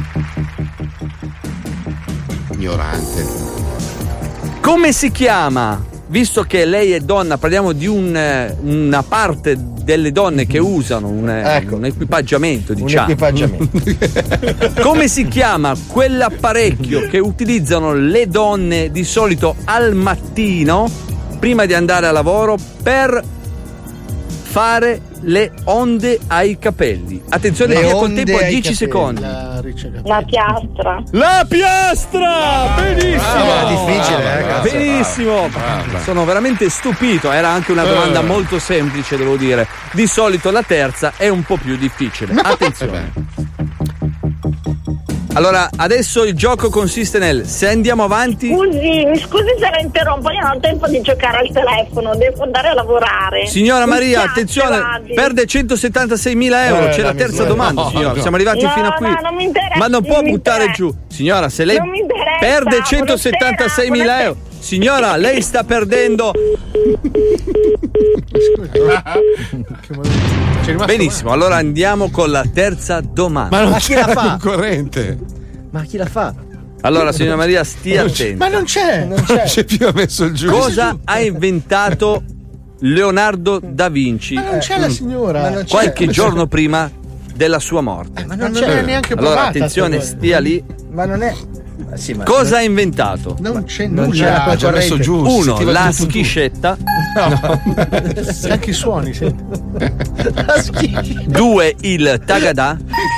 Ignorante. Come si chiama? Visto che lei è donna, parliamo di una parte delle donne che usano un equipaggiamento, diciamo. Un equipaggiamento. Come si chiama quell'apparecchio che utilizzano le donne di solito al mattino prima di andare a lavoro per fare le onde ai capelli. Attenzione, via col tempo a 10 secondi. La piastra. La piastra! Benissimo! Era difficile, cazzo. Benissimo! Sono veramente stupito. Era anche una domanda molto semplice, devo dire. Di solito la terza è un po' più difficile. Attenzione. Allora, adesso il gioco consiste nel: se andiamo avanti. Mi scusi se la interrompo, io non ho tempo di giocare al telefono, devo andare a lavorare. Signora Maria, Mi attenzione, piace, perde 176.000 euro. C'è la terza domanda, signora. Siamo arrivati fino a qui. No, non mi interessa. Ma non può non mi buttare interessa. giù. Signora, se lei Non mi interessa, perde buonasera, 176.000 euro. Signora, lei sta perdendo. Benissimo, allora andiamo con la terza domanda. Ma non chi c'è la fa? concorrente. Ma chi la fa? Allora, signora Maria, stia attenta. Ma non c'è. Non c'è. C'è più, ha messo il giù. Cosa ha inventato Leonardo da Vinci Ma non c'è la signora. non c'è. qualche giorno prima della sua morte? Ma non c'è neanche provata. Allora, attenzione, sta cosa. stia lì. Ma non è. Sì, ma Cosa ha inventato? Non c'è non c'è nulla. la Già messo giù. Uno, sentiva la tu. schiscetta. Anche i suoni, senti. Due, il tagadà.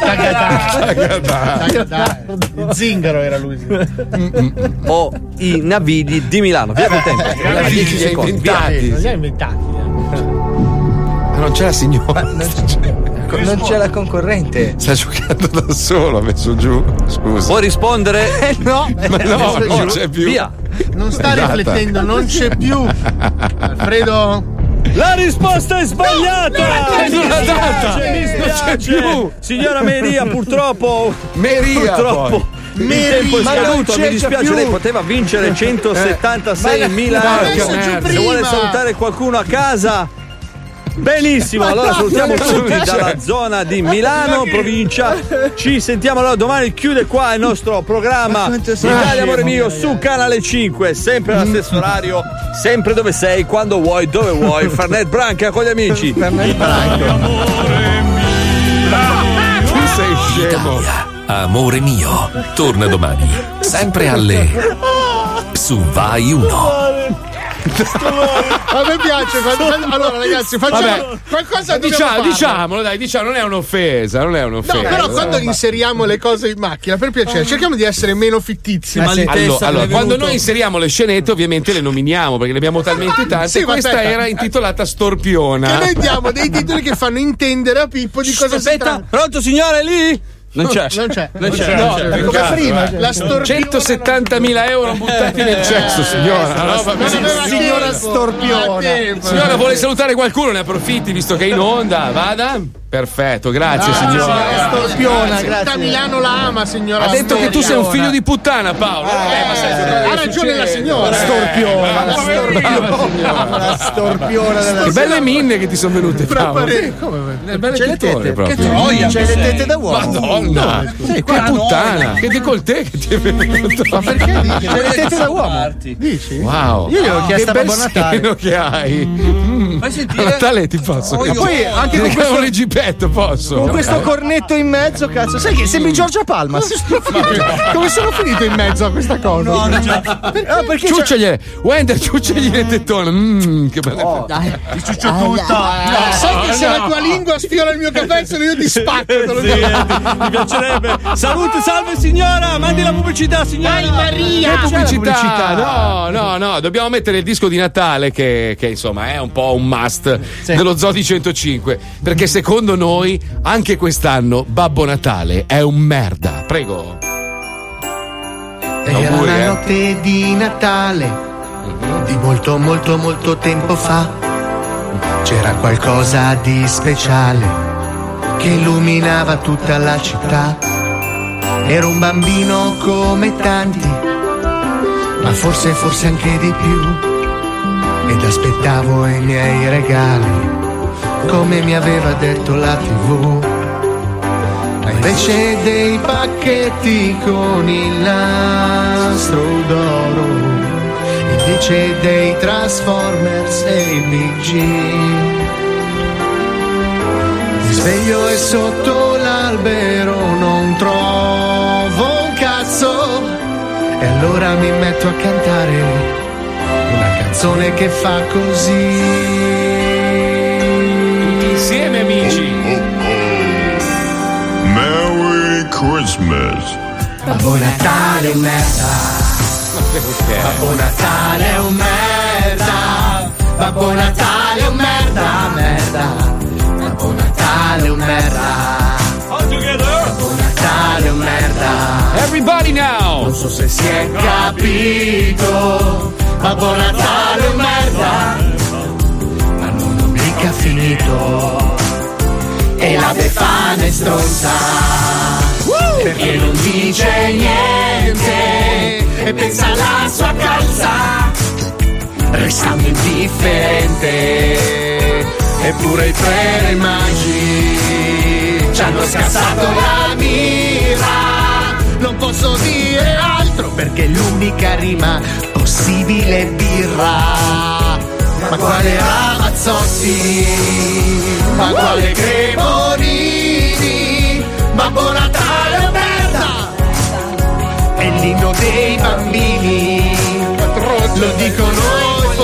Zingaro era lui. O i Navigli di Milano. Via col tempo. Navigli 10 secondi. Via. inventati. Non li ha inventati. Non c'è la signora. non c'è la concorrente. Sta giocando da solo, ha messo giù. Scusa. Può rispondere? No, Ma no, non c'è più. Via. non sta Andata. riflettendo, non c'è più. Alfredo. La risposta è sbagliata! non l'ha data. Mi Non c'è spiace. più. Signora Meria, purtroppo. Meria, Purtroppo. poi. Il tempo è ma non scaduto, c'è mi dispiace, più. lei poteva vincere 176.000 Porca euro. merda. Se vuole salutare qualcuno a casa. Benissimo, allora salutiamo tutti dalla zona di Milano, provincia. Ci sentiamo allora domani, chiude qua il nostro programma Italia Amore Mio su Canale 5, sempre allo stesso orario, sempre dove sei, quando vuoi, dove vuoi. Fernet Branca con gli amici. Fernet Branca. Tu sei scemo. Italia, amore mio, torna domani, sempre alle su Vai 1. A me piace allora ragazzi facciamo qualcosa Diciamolo, dai, non è un'offesa, no, però quando inseriamo le cose in macchina, per piacere, cerchiamo di essere meno fittizi. Allora, quando noi inseriamo le scenette, ovviamente le nominiamo perché ne abbiamo talmente tante. Sì, questa aspetta. era intitolata Storpiona. Che noi diamo dei titoli che fanno intendere a Pippo di cosa si Aspetta, tratta. pronto signore lì? Non c'è. Non c'è. Come prima. La storpiona. 170.000 euro buttati nel cesso, signora. Signora Storpiona. Signora, vuole salutare qualcuno? Ne approfitti visto che è in onda. Vada. Perfetto, grazie signora. Storpiona, grazie. Milano la ama, signora. Ha detto che tu sei un figlio di puttana, Paolo. Ha ragione la signora. Storpiona. La storpiona della Che belle minne che ti sono venute, Paolo. Come? Belle C'è le tettone tette. proprio. Che troia, c'è le tette da uomo. Madonna, che puttana, che décolleté che ti è venuto. Ma perché dici? C'è le tette da uomo. Dici? Wow. Io gli ho chiesto a che Babbo bel Natale. seno che hai. Fai A sentire. Natale ti posso. Ma poi anche con questo, un legipetto posso. con questo cornetto in mezzo, cazzo. Sai che sembri Giorgia Palma. Come sono finito in mezzo a questa cosa? No, perché Ciucciagliele, Wender, ciucciagli le tettone. Che belle. ti ciuccio tutta. Sai che se la tua lingua sfiora il mio capezzolo io ti spacco. te lo dico. Mi piacerebbe. Salute, salve signora, mandi la pubblicità signora. Dai Maria. Che pubblicità? No, dobbiamo mettere il disco di Natale che insomma è un po' un must dello Zodi 105, perché secondo noi anche quest'anno Babbo Natale è un merda. Prego. Era Auguri, la notte di Natale di molto molto molto tempo fa. C'era qualcosa di speciale che illuminava tutta la città. Ero un bambino come tanti, ma forse anche di più, ed aspettavo i miei regali come mi aveva detto la TV. Ma invece dei pacchetti con il nastro d'oro, invece dei Transformers e i BG, mi sveglio e sotto l'albero non trovo un cazzo, e allora mi metto a cantare una canzone che fa così. insieme, amici. Merry Christmas. Babbo Natale è un merda. Babbo Natale è un merda. Babbo Natale è un merda, merda. Babbo Natale è un merda. All together. Babbo Natale è un merda. Everybody now. Non so se si è capito. Babbo Natale è un merda. L'anno non mica finito. E la Befana è stronza. Perché non dice niente e pensa alla sua calza, restando indifferente. Eppure i tre magi ci hanno scassato la mira. Non posso dire altro perché l'unica rima possibile è birra. Ma quale Ramazzotti? Ma quale Cremonini? Babbo Natale è merda! È l'inno dei bambini, lo dicono i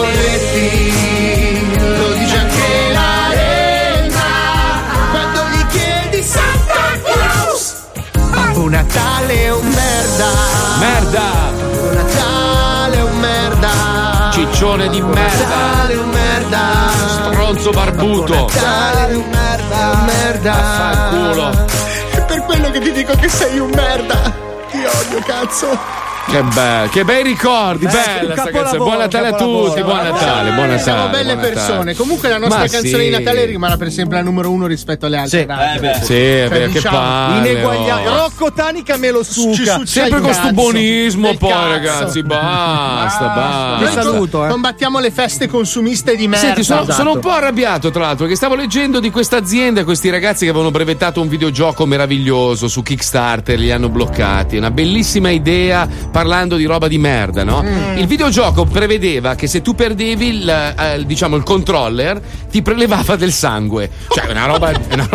folletti, lo dice anche la Elena quando gli chiedi Santa Claus. Babbo Natale è un merda. Merda! Babbo Natale è un merda. Ciccione di merda! Natale è un merda. Stronzo barbuto! Babbo Natale è un merda, un merda. Affanculo! È per quello che ti dico che sei un merda. Ti odio, cazzo. Che bei ricordi, bella sta canzone. Buon Natale a tutti, buon Natale, buon Natale. Siamo belle buon persone. Natale. Comunque la nostra Ma canzone sì. di Natale rimarrà per sempre la numero 1 rispetto alle altre. Sì, che palle. Ineguagliabile. oh. Rocco Tanica me lo succa. Sempre con sto buonismo, poi cazzo. ragazzi, basta. Noi combattiamo le feste consumiste di merda. Senti, sono un po' arrabbiato tra l'altro, perché stavo leggendo di questa azienda, questi ragazzi che avevano brevettato un videogioco meraviglioso su Kickstarter, li hanno bloccati. Una bellissima idea parlando di roba di merda, no? Il videogioco prevedeva che se tu perdevi il controller ti prelevava del sangue. Cioè, una roba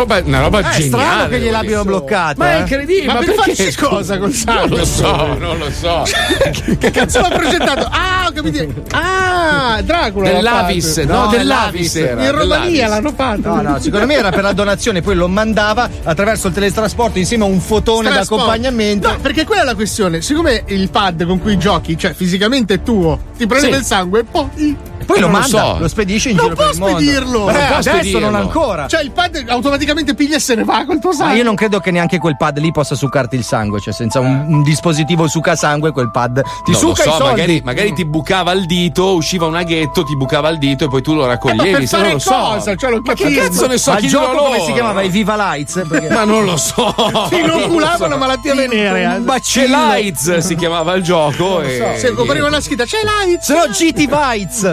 È strano geniale. che gliel'abbiano bloccata. Ma è incredibile, Ma per perché? farci cosa col sangue? Non lo so. Che cazzo l'ha progettato? Ah, ho capito. Ah, Dracula. Dell'Avis, dell'Avis era. In Romania dell'Avis. l'hanno fatto. No, secondo me era per la donazione, poi lo mandava attraverso il teletrasporto insieme a un fotone d'accompagnamento. No, perché quella è la questione. Siccome il pad con cui giochi, cioè fisicamente è tuo, ti prende Sì. il sangue e poi lo non manda, so. lo spedisce in non giro per può il mondo. spedirlo. Adesso spedirlo. non ancora. Cioè il pad automaticamente piglia e se ne va col tuo Ma sangue. io non credo che neanche quel pad lì possa succarti il sangue, cioè senza un dispositivo succa sangue quel pad ti Non succa lo so, i soldi. magari ti bucava il dito, usciva un aghetto, ti bucava il dito e poi tu lo raccoglievi. per se non fare lo so. cosa? Cioè, lo Ma che capisco. cazzo ne so? Ma il chiedilo gioco loro. come si chiamava? I Viva Lights? Perché... Ma non lo so. Ti inoculava una malattia venerea. C'è l'AIDS si chiamava il gioco. Se copriva una scritta c'è l'AIDS. Se no GT Bites.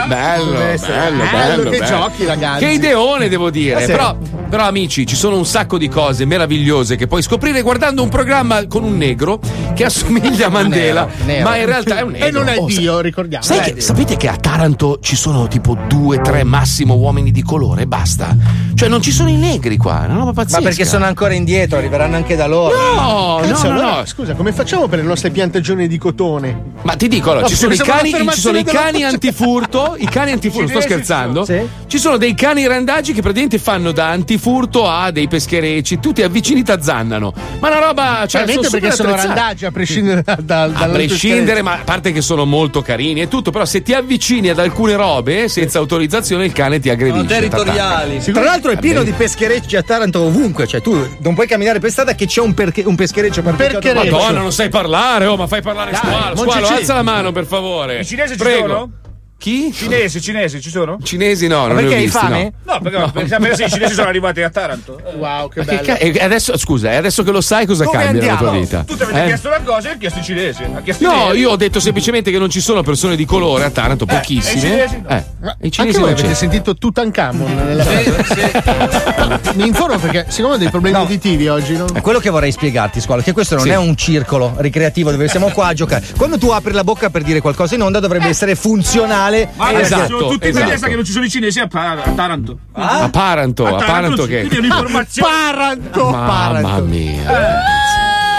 Bello, che giochi, ragazzi. Che ideone, devo dire. Sì. Però, amici, ci sono un sacco di cose meravigliose che puoi scoprire guardando un programma con un negro che assomiglia a Mandela, Nero. ma in realtà è un negro. E non è Oh, Dio, ricordiamo. sapete che a Taranto ci sono tipo 2-3 massimo uomini di colore e basta? Cioè non ci sono i negri qua, è una roba pazzesca. Ma perché sono ancora indietro, arriveranno anche da loro. Cazzo, No. allora, scusa, come facciamo per le nostre piantagioni di cotone? Ma ti dico, allora, No, ci sono i sembra cani, un'affermazione antifurto, sto Cinesi scherzando. Sì. Ci sono dei cani randaggi che praticamente fanno da antifurto a dei pescherecci, tu ti avvicini t'azzannano. Ma una roba, cioè, Veramente perché sono super attrezzati. randaggi a prescindere dal A prescindere, ma a parte che sono molto carini e tutto, però se ti avvicini ad alcune robe senza autorizzazione il cane ti aggredisce. Sono territoriali. t'attacca. Tra l'altro è pieno bene. di pescherecci a Taranto ovunque, cioè tu non puoi camminare per strada che c'è un peschereccio parcheggiato. Madonna, non sai parlare, ma fai parlare Squalo, alza la mano per favore. I cinesi ci Prego. sono? Chi? Cinesi ci sono? Cinesi no, non perché li ho hai visti, fame? No, perché pensavo che sì, i cinesi sono arrivati a Taranto. Wow, che Ma che bello. e adesso, scusa, adesso che lo sai cosa Dove cambia nella tua andiamo? vita? Tu ti avete chiesto una cosa e hai chiesto i cinesi. Ha chiesto i No, neri. io ho detto semplicemente che non ci sono persone di colore a Taranto, pochissime. e i cinesi no. E i Anche cinesi voi non avete c'è. sentito Tutankhamon nella Mi informo perché siccome ho dei problemi uditivi oggi, no? È quello che vorrei spiegarti, Squalo, che questo non Sì. è un circolo ricreativo dove siamo qua a giocare. Quando tu apri la bocca per dire qualcosa in onda dovrebbe essere funzionale. Ma Esatto, sono tutti in esatto. testa che non ci sono i cinesi a Taranto. A Paranto che. Quindi è un'informazione. Paranto! Mamma mia.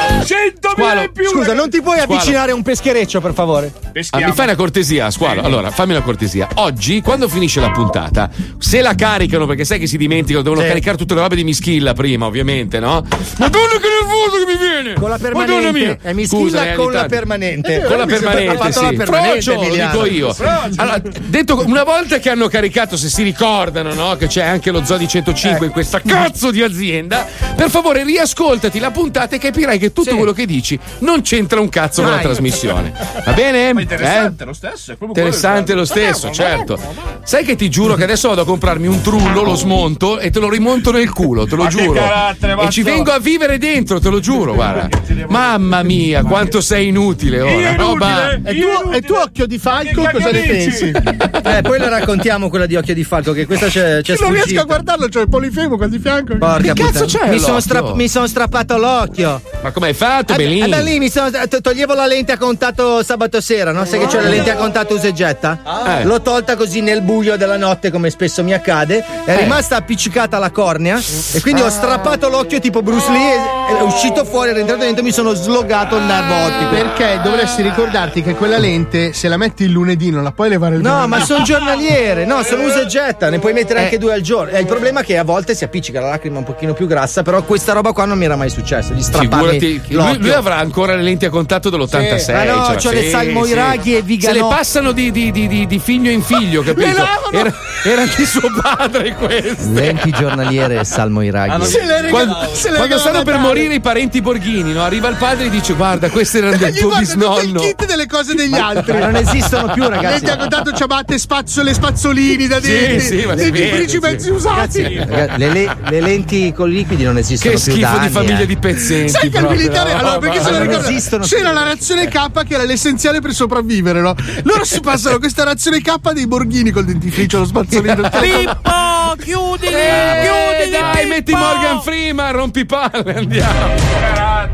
100.000 in più. Scusa, non ti puoi avvicinare a un peschereccio, per favore? Mi fai una cortesia, Squalo? Allora, fammi una cortesia. Oggi, quando finisce la puntata, se la caricano, perché sai che si dimenticano, devono caricare tutte le robe di Mischilla prima, ovviamente, no? Madonna, che nervoso che mi viene! Con la permanente. È Mischilla con la permanente. Con la permanente, sì. Frocio, lo dico io. Allora, detto una volta che hanno caricato, se si ricordano, no? Che c'è anche lo Zodi 105 in questa cazzo di azienda, per favore riascoltati la puntata e capirai che tutto quello che dici non c'entra un cazzo con la trasmissione. Va bene? Ma interessante lo stesso. È proprio interessante lo stesso, certo. Sai che ti giuro che adesso vado a comprarmi un trullo, lo smonto e te lo rimonto nel culo, te lo giuro. E ci vengo a vivere dentro, te lo giuro, guarda. Mamma mia, quanto sei inutile ora. Roba. E tu Occhio di Falco cosa ne pensi? Poi la raccontiamo quella di Occhio di Falco, che questa c'è non riesco a guardarlo, c'è il Polifemo qua di fianco. Porca che cazzo c'è? Mi sono strappato l'occhio. Ma come hai fatto, Belin? Da lì toglievo la lente a contatto sabato sera, no? Sai che c'è la lente a contatto usa e getta? L'ho tolta così nel buio della notte, come spesso mi accade. È rimasta appiccicata alla cornea e quindi ho strappato l'occhio tipo Bruce Lee, è uscito fuori, è rientrato dentro e mi sono slogato il nervo ottico. Perché dovresti ricordarti che quella lente, se la metti il lunedì, non la puoi levare il giorno. No, ma sono giornaliere, no, sono usa e getta, ne puoi mettere anche 2 al giorno. Il problema è che a volte si appiccica la lacrima un pochino più grassa, però questa roba qua non mi era mai successo, di strapparmi l'occhio. Lui avrà ancora le lenti a contatto dell'86. Ma no, c'ho le salmoiraghi e Viganò. Se le passano di figlio in figlio, capito? Era di suo padre queste. Lenti giornaliere e salmoiraghi. Quando stanno per morire i parenti Borghini, no? Arriva il padre e dice: guarda, queste erano del tuo bisnonno. Il kit delle cose degli altri. Ma non esistono più, ragazzi. Lenti a contatto, ciabatte, spazzole, spazzolini da denti. Dentifrici mezzi usati. Le lenti con liquidi non esistono più. Che schifo di famiglia di pezzenti. Sai che il militare, allora, perché se lo ricordo, esistono c'era la razione K che era l'essenziale per sopravvivere, no? Loro si passano questa razione K dei Borghini col dentifricio, lo spazzolino. Pippo, chiudili, dai, metti Morgan Freeman, rompi palle, andiamo.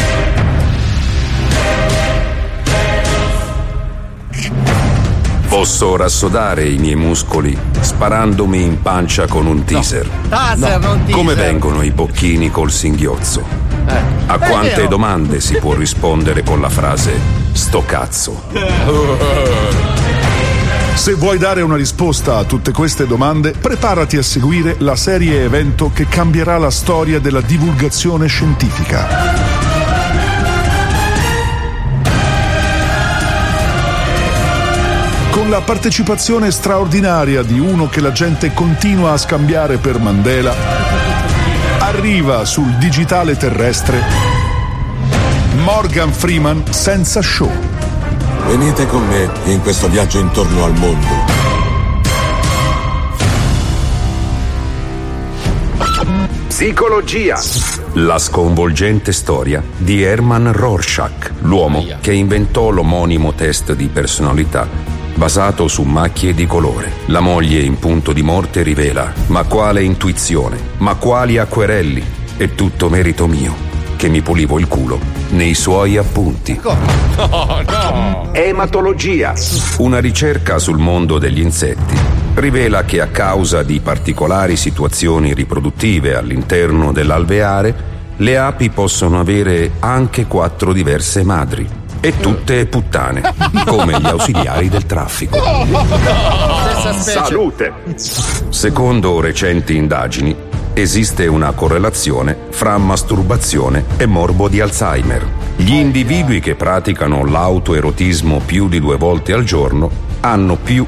Posso rassodare i miei muscoli sparandomi in pancia con un teaser. Non teaser. Come vengono i bocchini col singhiozzo? A quante domande si può rispondere con la frase sto cazzo? Se vuoi dare una risposta a tutte queste domande, preparati a seguire la serie evento che cambierà la storia della divulgazione scientifica. Con la partecipazione straordinaria di uno che la gente continua a scambiare per Mandela, arriva sul digitale terrestre Morgan Freeman senza show. Venite con me in questo viaggio intorno al mondo. Psicologia. La sconvolgente storia di Hermann Rorschach, l'uomo che inventò l'omonimo test di personalità basato su macchie di colore. La moglie in punto di morte rivela: ma quale intuizione, ma quali acquerelli, è tutto merito mio, che mi pulivo il culo nei suoi appunti. No. Ematologia. Una ricerca sul mondo degli insetti rivela che a causa di particolari situazioni riproduttive all'interno dell'alveare, le api possono avere anche 4 diverse madri. E tutte puttane, come gli ausiliari del traffico. Salute! Secondo recenti indagini, esiste una correlazione fra masturbazione e morbo di Alzheimer. Gli individui che praticano l'autoerotismo più di 2 volte al giorno hanno più...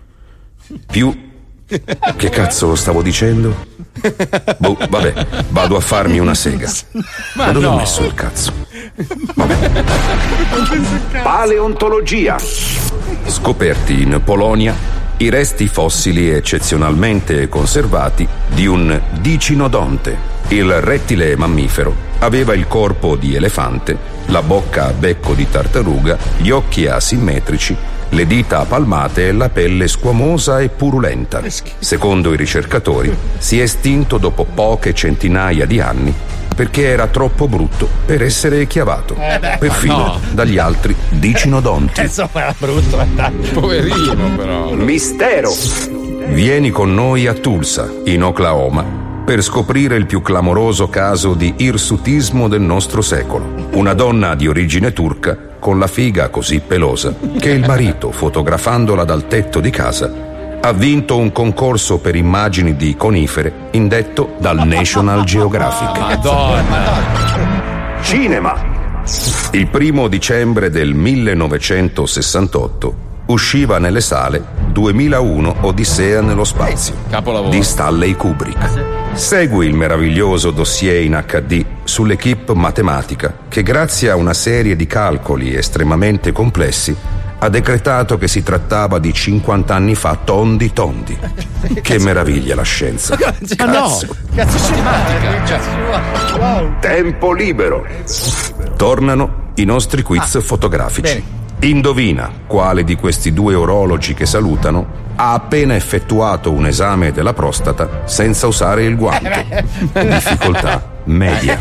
Che cazzo stavo dicendo? Boh, vabbè, vado a farmi una sega. Ma dove ho messo il cazzo? Vabbè. Paleontologia. Scoperti in Polonia i resti fossili eccezionalmente conservati di un dicinodonte. Il rettile mammifero aveva il corpo di elefante, la bocca a becco di tartaruga, gli occhi asimmetrici, le dita palmate e la pelle squamosa e purulenta. Secondo i ricercatori, si è estinto dopo poche centinaia di anni perché era troppo brutto per essere chiavato, perfino dagli altri dicinodonti. Insomma, era brutto, poverino però. Mistero. Vieni con noi a Tulsa, in Oklahoma, per scoprire il più clamoroso caso di irsutismo del nostro secolo. Una donna di origine turca con la figa così pelosa che il marito, fotografandola dal tetto di casa, ha vinto un concorso per immagini di conifere indetto dal National Geographic. Madonna! Cinema! Il 1° dicembre del 1968 usciva nelle sale 2001 Odissea nello spazio di Stanley Kubrick. Segui il meraviglioso dossier in HD sull'equipe matematica che, grazie a una serie di calcoli estremamente complessi, ha decretato che si trattava di 50 anni fa tondi. Che meraviglia la scienza. Cazzo matematica. Wow. Tempo libero. Tornano i nostri quiz fotografici. Bene. Indovina quale di questi due orologi che salutano ha appena effettuato un esame della prostata senza usare il guanto. Difficoltà media.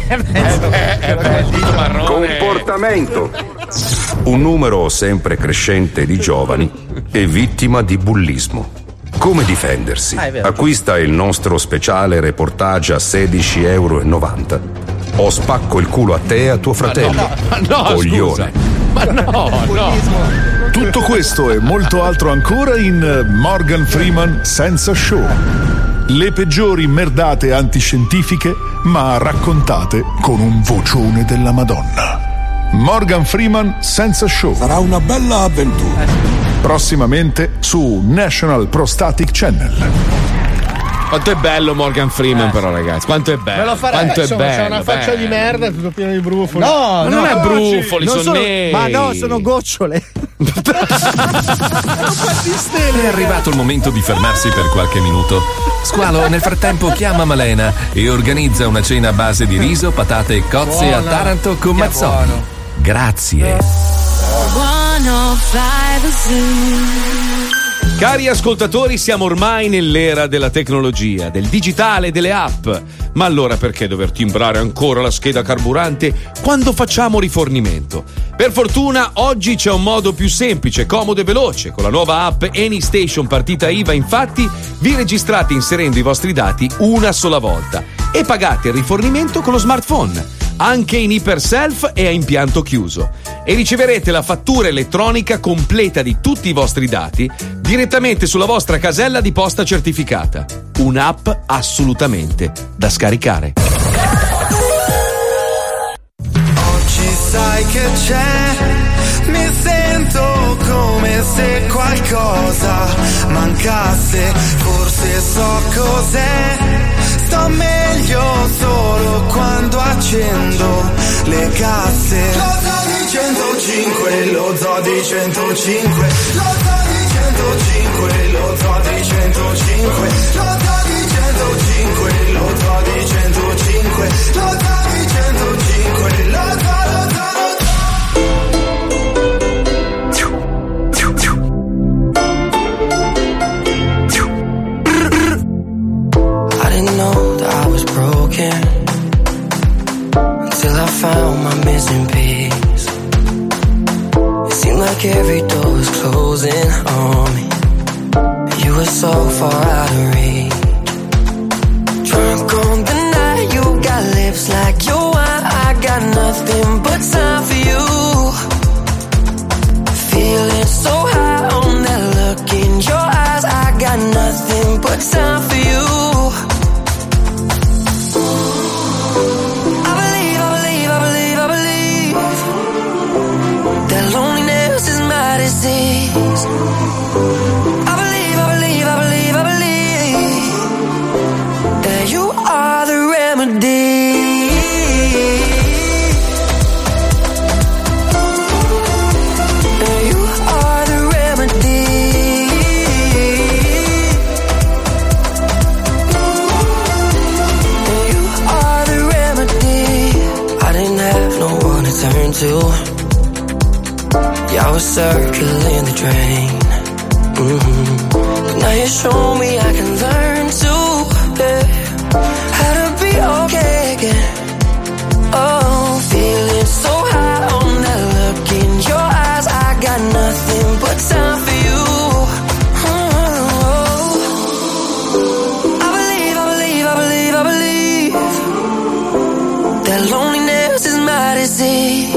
Comportamento. Un numero sempre crescente di giovani è vittima di bullismo. Come difendersi? Acquista il nostro speciale reportage a €16,90 o spacco il culo a te e a tuo fratello. Coglione. Scusa. Ma no. Tutto questo e molto altro ancora in Morgan Freeman Senza Show. Le peggiori merdate antiscientifiche, ma raccontate con un vocione della Madonna. Morgan Freeman Senza Show. Sarà una bella avventura. Prossimamente su National Prostatic Channel. Quanto è bello Morgan Freeman, però, ragazzi. Quanto è bello. Me lo farei. Quanto è bello. C'ha una faccia di merda, tutto pieno di brufoli. No, non è brufoli, sono neri. Ma no, sono gocciole. È arrivato il momento di fermarsi per qualche minuto. Squalo nel frattempo chiama Malena e organizza una cena a base di riso, patate e cozze a Taranto con Mazzoni. Grazie. Cari ascoltatori, siamo ormai nell'era della tecnologia, del digitale, delle app. Ma allora perché dover timbrare ancora la scheda carburante quando facciamo rifornimento? Per fortuna oggi c'è un modo più semplice, comodo e veloce. Con la nuova app AnyStation partita IVA, infatti, vi registrate inserendo i vostri dati una sola volta e pagate il rifornimento con lo smartphone, anche in iperself e a impianto chiuso, e riceverete la fattura elettronica completa di tutti i vostri dati direttamente sulla vostra casella di posta certificata. Un'app assolutamente da scaricare. Oggi sai che c'è, mi sento come se qualcosa mancasse, forse so cos'è. Sto meglio solo quando accendo le casse. Lo zoo di 105, lo zoo di 105, lo zoo di 105, lo zoo di 105, lo zoo di 105, lo zoo di 105, lo zoo di 105, lo zoo, broken until I found my missing piece. It seemed like every door was closing on me. You were so far out of reach. Drunk on the night, you got lips like your wine. I got nothing but time for you. Feeling so high on that look in your eyes. I got nothing but time for you. Disease. I believe that you are the remedy. That you are the remedy. That you are the remedy. I didn't have no one to turn to. I was circling the drain. But now you show me I can learn to, how to be okay again. Oh, feeling so high on that look in your eyes. I got nothing but time for you. I believe that loneliness is my disease.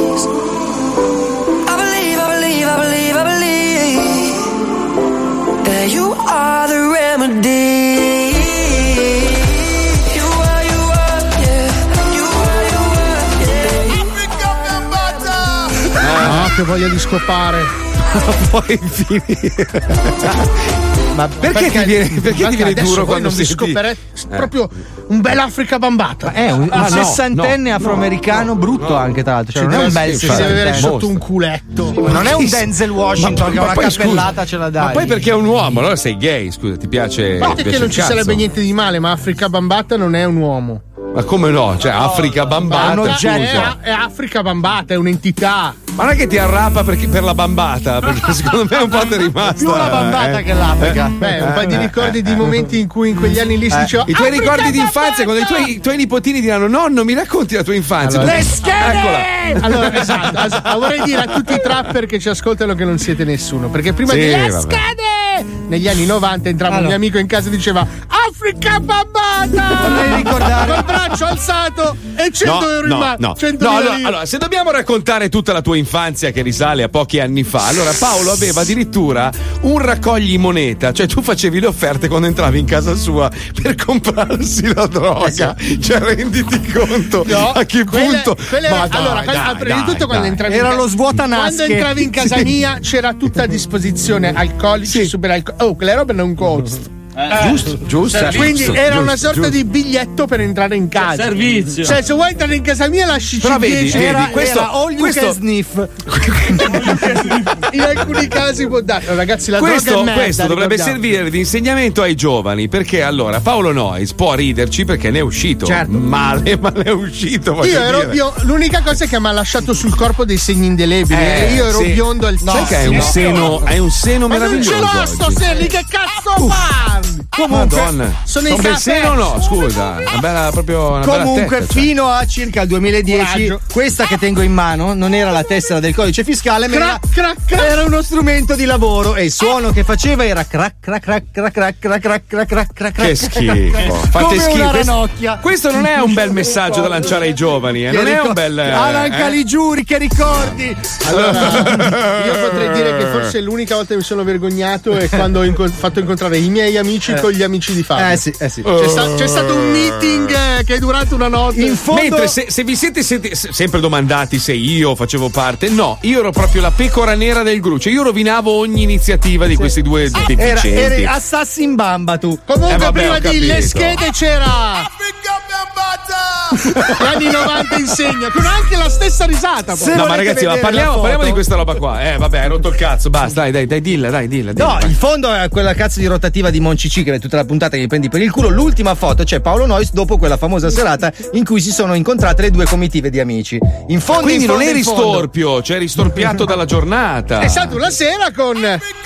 che voglia di scopare. Puoi finire. Ma perché ti viene duro quando non vi scoperete proprio un bel Africa bambata? Un sessantenne afroamericano brutto anche tra l'altro, cioè non è un bel si deve avere sotto un culetto. Non è un Denzel Washington che ha una cappellata ce la dai. Ma poi perché è un uomo? Allora sei gay, scusa, ti piace? A parte che non ci sarebbe niente di male, ma Africa bambata non è un uomo. Ma come no? Cioè, Africa bambata. È Africa bambata, è un'entità. Ma non è che ti arrapa per la bambata, perché secondo me un po' ti è rimasta. Più la bambata che l'Africa. Un po' di ricordi di momenti in cui in quegli anni lì si diceva i tuoi ricordi di infanzia, quando i tuoi nipotini diranno nonno, mi racconti la tua infanzia. Allora, le schede! Allora, esatto, vorrei dire a tutti i trapper che ci ascoltano che non siete nessuno, perché prima di le schede negli anni 90 entrava un mio amico in casa e diceva Africa bambata! Vorrei ricordare col braccio alzato e 100 euro in mano. Allora, se dobbiamo raccontare tutta la tua infanzia che risale a pochi anni fa, allora Paolo aveva addirittura un raccogli moneta, cioè tu facevi le offerte quando entravi in casa sua per comprarsi la droga. Cioè renditi conto a che punto. Prima di tutto quando entravi era lo svuotanasche. Quando entravi in casa mia c'era tutta a disposizione alcolici, super quelle robe non costano. Giusto. Quindi era una sorta di biglietto per entrare in casa. Servizio. Cioè, se vuoi entrare in casa mia, lasci 10. Era all you can sniff. In alcuni casi può dare. Ragazzi, la droga è merda. Questo dovrebbe servire di insegnamento ai giovani, perché allora Paolo Noyes può riderci perché ne è uscito male, ma ne è uscito. Io ero l'unica cosa è che mi ha lasciato sul corpo dei segni indelebili. Io ero biondo al sai che è un seno meraviglioso. Ma non ce l'ho sto seno, che cazzo fa? Comunque, Madonna. Sono in seno o no? Scusa, una bella comunque testa, fino a circa il 2010 questa che tengo in mano non era la tessera del codice fiscale, ma era uno strumento di lavoro e il suono che faceva era crac crac crac crac crac crac crac crac crac crac. Che schifo. Fate schifo. Questo non è un bel messaggio da lanciare ai giovani, non è un bel Alan Caligiuri, che ricordi? Allora, io potrei dire che forse l'unica volta che mi sono vergognato è quando ho fatto incontrare i miei amici con gli amici di Fabio. Sì. C'è stato un meeting che è durato una notte. In fondo, mentre se vi siete sempre domandati se io facevo parte, no, io ero proprio la pecora nera del gruppo. Cioè io rovinavo ogni iniziativa di questi due deficienti. Eri Assassin Bamba tu. Comunque prima di le schede c'era gli anni 90 insegna con anche la stessa risata. No, ma ragazzi, parliamo di questa roba qua. Vabbè, hai rotto il cazzo, basta, dai, dilla. No, il fondo è quella cazzo di rotativa di Monci C, che è tutta la puntata che mi prendi per il culo. L'ultima foto c'è Paolo Noyes dopo quella famosa serata in cui si sono incontrate le due comitive di amici. In fondo, quindi non eri storpio, cioè eri storpiato dalla giornata. È stata una sera con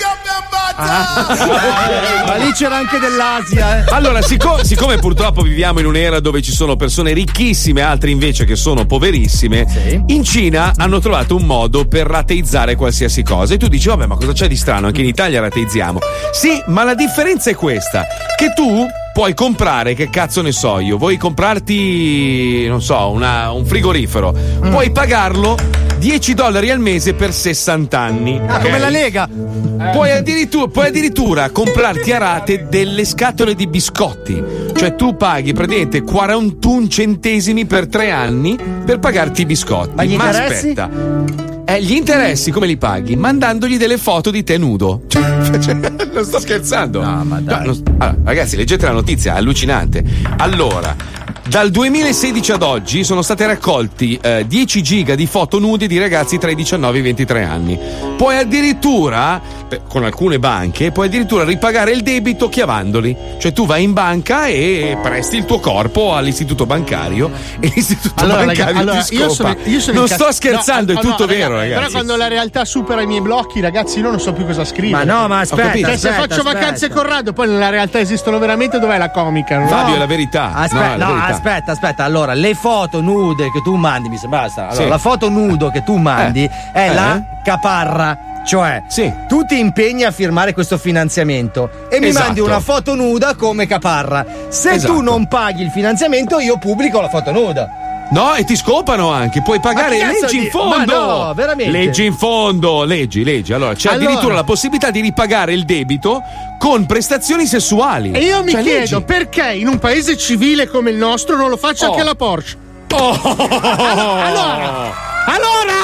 ma lì c'era anche dell'Asia. Allora, siccome purtroppo viviamo in un'era dove ci sono persone ricchissime, altre invece che sono poverissime, in Cina hanno trovato un modo per rateizzare qualsiasi cosa. E tu dici, vabbè, ma cosa c'è di strano? Anche in Italia rateizziamo. Sì, ma la differenza è questa: che tu puoi comprare, che cazzo ne so io, vuoi comprarti, non so, un frigorifero, puoi pagarlo $10 al mese per 60 anni. Okay? Come la Lega. Puoi addirittura comprarti a rate delle scatole di biscotti. Cioè tu paghi praticamente 41 centesimi per 3 anni per pagarti i biscotti. Ma gli interessi? Aspetta. Gli interessi come li paghi? Mandandogli delle foto di te nudo. Non sto scherzando. No, ma dai. Allora, ragazzi, leggete la notizia, è allucinante. Allora, dal 2016 ad oggi sono state raccolti 10 giga di foto nude di ragazzi tra i 19 e i 23 anni. Puoi addirittura, con alcune banche, puoi addirittura ripagare il debito chiavandoli. Cioè tu vai in banca e presti il tuo corpo all'istituto bancario e l'istituto bancario ti scopa. Io sono non sto scherzando, è tutto vero, ragazzi. Però quando la realtà supera i miei blocchi, ragazzi, io non so più cosa scrivere. Ma no, ma aspetta, se faccio vacanze con Corrado, poi nella realtà esistono veramente, dov'è la comica? No? Fabio, è la verità. Aspetta, allora le foto nude che tu mandi, mi sembra, basta. Allora, sì. La foto nudo che tu mandi è la caparra. Cioè, tu ti impegni a firmare questo finanziamento e mi mandi una foto nuda come caparra. Se tu non paghi il finanziamento, io pubblico la foto nuda. No, e ti scopano anche, puoi pagare, leggi in fondo. Ma no, veramente. Leggi in fondo, leggi. Allora, c'è addirittura la possibilità di ripagare il debito con prestazioni sessuali. E io mi chiedo perché in un paese civile come il nostro non lo faccia anche la Porsche. Allora,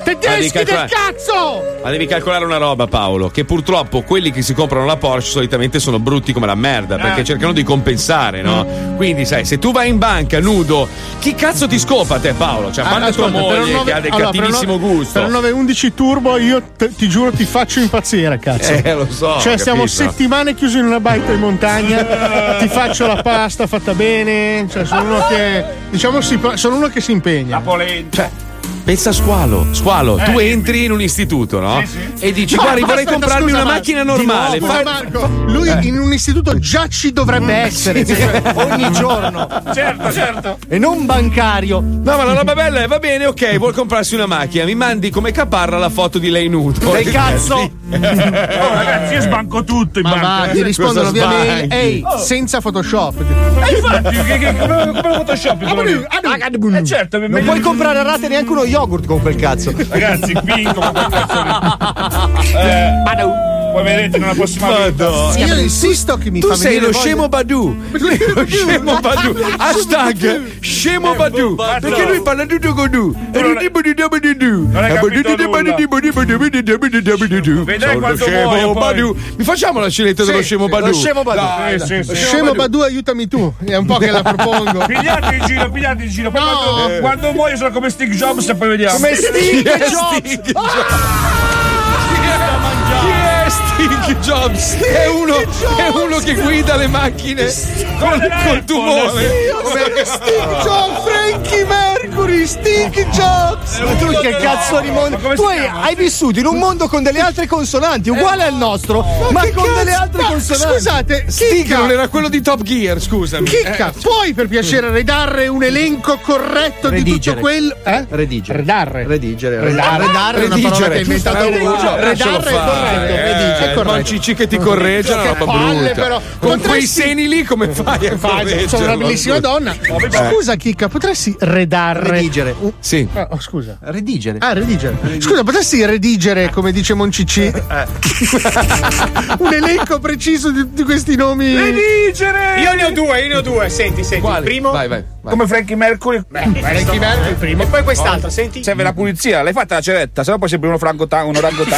Tedeschi del cazzo! Ma devi calcolare una roba, Paolo, che purtroppo quelli che si comprano la Porsche solitamente sono brutti come la merda, perché cercano di compensare, no? Quindi, sai, se tu vai in banca nudo, chi cazzo ti scopa te, Paolo? Cioè, a parte tua moglie che ha del cattivissimo gusto. Per un 911 Turbo io ti giuro ti faccio impazzire, cazzo. Lo so. Cioè, stiamo settimane chiusi in una baita in montagna, ti faccio la pasta fatta bene, cioè sono uno che, diciamo, sono uno che si impegna. La polenta. Cioè, pensa a Squalo, tu entri in un istituto, no? Sì. E dici, guarda, vorrei comprarmi una macchina normale. Marco, lui in un istituto già ci dovrebbe essere ogni giorno. Certo. E non bancario. No, ma la roba bella è, va bene, ok, vuol comprarsi una macchina, mi mandi come caparra la foto di lei nudo. Del cazzo! Ragazzi, io sbanco tutto in banca. Ma ti rispondono via mail, senza Photoshop. Infatti, come Photoshop? Certo, non puoi comprare a rate neanche uno yogurt con quel cazzo. Ragazzi, vinco con quel cazzo. Poi vedete nella prossima volta. Io insisto che mi fa sei venire lo scemo Badu. Lo scemo Badu. Hashtag scemo Badu. Perché lui parla tutto con tu. Vedrai quanto muoio Badu. Mi facciamo la scenetta dello scemo Badu. Lo scemo Badu. Scemo Badu, aiutami tu. È un po' che la propongo. Pigliate in giro. Poi quando muoio sono come Steve Jobs e poi vediamo. Come Steve Jobs. Steve Jobs è uno che guida le macchine col tumore. Steve Jobs, Frankie Mercury, Steve Jobs. Ma tu che cazzo di mondo? Tu hai vissuto in un mondo con delle altre consonanti, uguale al nostro, ma con delle altre consonanti. Scusate, Stig non era quello di Top Gear, scusami. Chicca, puoi per piacere redarre un elenco corretto di tutto quello? Redigere. Redarre è una parola che hai inventato tu. Redarre è corretto. Non Cicci che ti corregge, una roba brutta. Però. Con quei seni lì come fai a correggerlo? Sono una bellissima donna. Scusa Chicca, potresti redigere? Sì. Scusa. Redigere. Redigere. Scusa, potresti redigere, come dice Moncicci, un elenco preciso di questi nomi? Redigere! Io ne ho due. Senti. Quali? Il primo. Vai. Come Frankie Mercury. Frankie Mercury il primo. E poi quest'altro, senti. Serve la pulizia, l'hai fatta la ceretta, sennò poi sembri uno rangotango.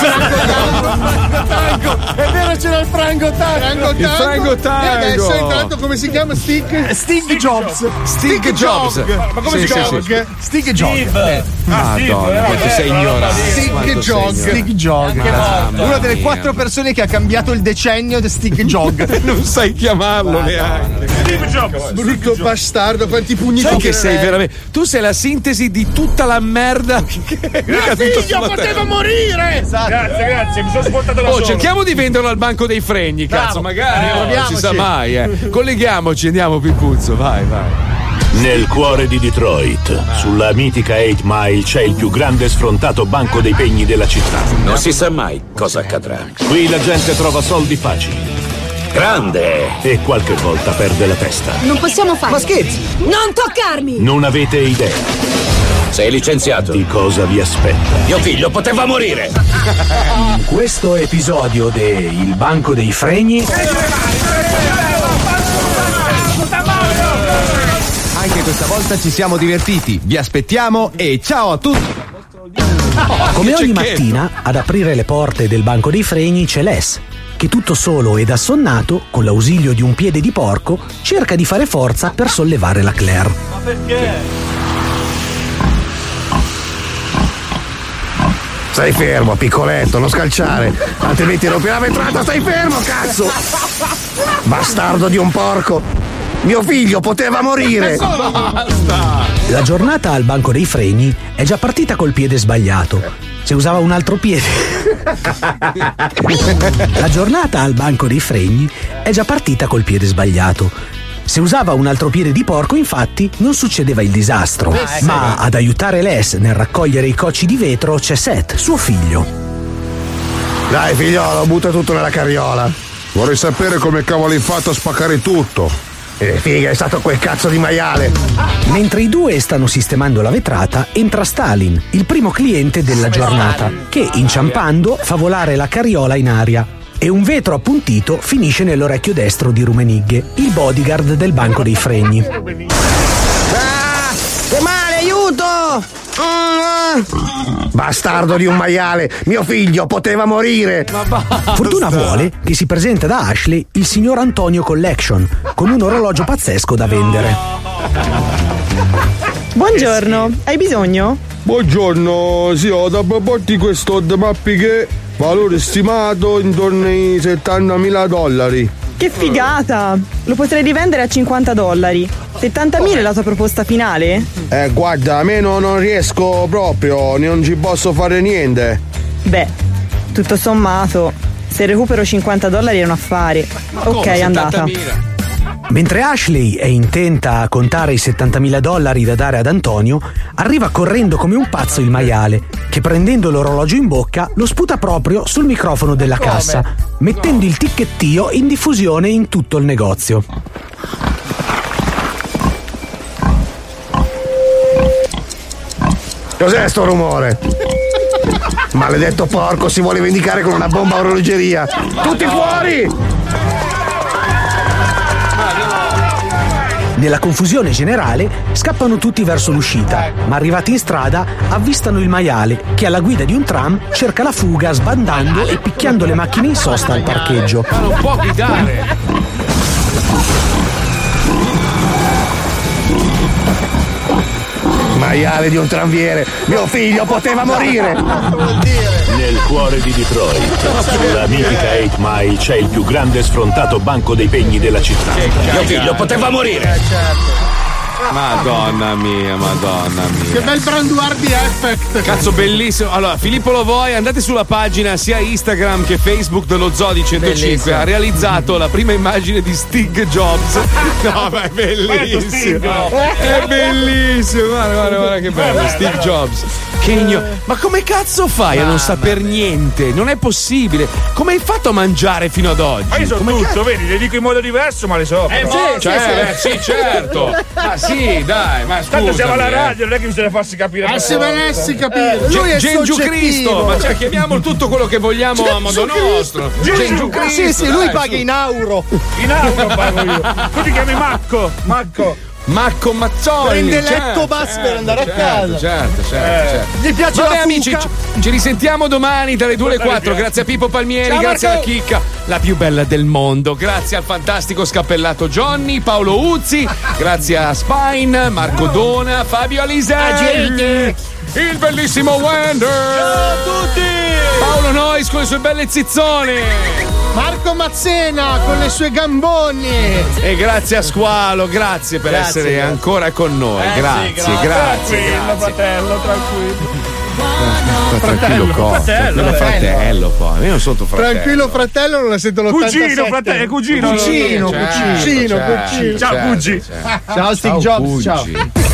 È vero, c'era il frangotango. Il frangotango. E adesso intanto come si chiama? Steve Jobs. Steve Jobs. Ma come si chiama? Steve Jobs. Madonna, quanto sei ignorante. Steve Jobs. Una delle 4 persone che ha cambiato il decennio di Steve Jobs. Non sai chiamarlo neanche. Steve Jobs. Brutto bastardo, quanti pugni che sei veramente. Tu sei la sintesi di tutta la merda che mio figlio poteva morire. Esatto. Grazie, mi sono sportato da solo. Cerchiamo di venderlo al banco dei fregni, cazzo, magari non si sa mai. Colleghiamoci, andiamo Pippuzzo, vai. Nel cuore di Detroit, sulla mitica 8 Mile, c'è il più grande sfrontato banco dei pegni della città. Non si sa mai cosa accadrà. Qui la gente trova soldi facili. Grande! E qualche volta perde la testa. Non possiamo farlo. Ma scherzi! Non toccarmi! Non avete idea. Sei licenziato. Di cosa vi aspetta? Mio figlio poteva morire. In questo episodio de Il banco dei fregni. Anche questa volta ci siamo divertiti. Vi aspettiamo e ciao a tutti. Come ogni mattina, ad aprire le porte del banco dei fregni c'è Les, che tutto solo ed assonnato, con l'ausilio di un piede di porco, cerca di fare forza per sollevare la Claire. Ma perché? Stai fermo, piccoletto, non scalciare, altrimenti rompi la vetrata, stai fermo, cazzo! Bastardo di un porco! Mio figlio poteva morire! La giornata al banco dei fregni è già partita col piede sbagliato. Se usava un altro piede. La giornata al banco dei fregni è già partita col piede sbagliato. Se usava un altro piede di porco, infatti, non succedeva il disastro. Ma ad aiutare Les nel raccogliere i cocci di vetro c'è Seth, suo figlio. Dai figliolo, butta tutto nella carriola. Vorrei sapere come cavolo hai fatto a spaccare tutto. Figa, è stato quel cazzo di maiale. Mentre i due stanno sistemando la vetrata, entra Stalin, il primo cliente della giornata, che, inciampando, fa volare la carriola in aria. E un vetro appuntito finisce nell'orecchio destro di Rumenigge, il bodyguard del banco dei fregni. Che male, aiuto! Bastardo di un maiale, mio figlio poteva morire. Fortuna vuole che si presenta da Ashley il signor Antonio Collection con un orologio pazzesco da vendere. Buongiorno, hai bisogno? Buongiorno, sì, ho da proporti questo mappi che valore stimato intorno ai $70.000. Che figata! Lo potrei rivendere a $50. 70.000 è la tua proposta finale? Guarda, a me non riesco proprio, non ci posso fare niente. Beh, tutto sommato, se recupero $50 è un affare. Ok, andata. Mentre Ashley è intenta a contare i $70.000 da dare ad Antonio, arriva correndo come un pazzo il maiale, che prendendo l'orologio in bocca lo sputa proprio sul microfono della cassa, mettendo il ticchettio in diffusione in tutto il negozio. Cos'è sto rumore? Maledetto porco, si vuole vendicare con una bomba a orologeria. Tutti fuori! Nella confusione generale scappano tutti verso l'uscita, ma arrivati in strada avvistano il maiale che alla guida di un tram cerca la fuga sbandando e picchiando le macchine in sosta al parcheggio. Ma non può guidare! Maiale di un tranviere, mio figlio poteva morire. Nel cuore di Detroit, sulla mitica 8 Mile, c'è il più grande sfrontato banco dei pegni della città. Mio figlio poteva morire. Madonna mia. Che bel branduardi effect. Cazzo, bellissimo. Allora, Filippo Lo Vuoi, andate sulla pagina sia Instagram che Facebook dello Zodi 105. Bellissimo. Ha realizzato la prima immagine di Steve Jobs. No, ma è bellissimo. È bellissimo. Guarda che bello. Steve Jobs. Ma come cazzo fai a non saper niente? Non è possibile. Come hai fatto a mangiare fino ad oggi? Ma io so tutto, vedi, le dico in modo diverso, ma le so. Sì, certo. Ma sì, dai, ma scusa. Tanto siamo alla radio, non è che bisogna farsi capire. Se volessi capire. Lui è Gengiu Cristo, ma chiamiamo tutto quello che vogliamo a modo nostro. Gengiu Cristo. Sì, lui paga in euro. In euro pago io. Tu ti chiami Macco. Macco Mazzoni. Prende letto bus per andare a casa. Certo. Gli piace Vabbè, la amici, fuca? ci risentiamo domani dalle 2 alle 4. Grazie a Pippo Palmieri, Ciao, grazie Marco. alla Chicca, la più bella del mondo. Grazie al fantastico scappellato Johnny, Paolo Uzzi, grazie a Spine, Marco Dona, Fabio Aliselli, il bellissimo Wender. Ciao a tutti! Paolo Nois con le sue belle zizzone. Marco Mazzena con le sue gamboni. E grazie a Squalo, grazie per essere ancora con noi. Grazie. Tranquillo, fratello, tranquillo. Tranquillo fratello poi. Io non sono tuo fratello. Tranquillo fratello, non la sento l'87. Cugino. Ciao Gucci. Ciao Steve Jobs, ciao.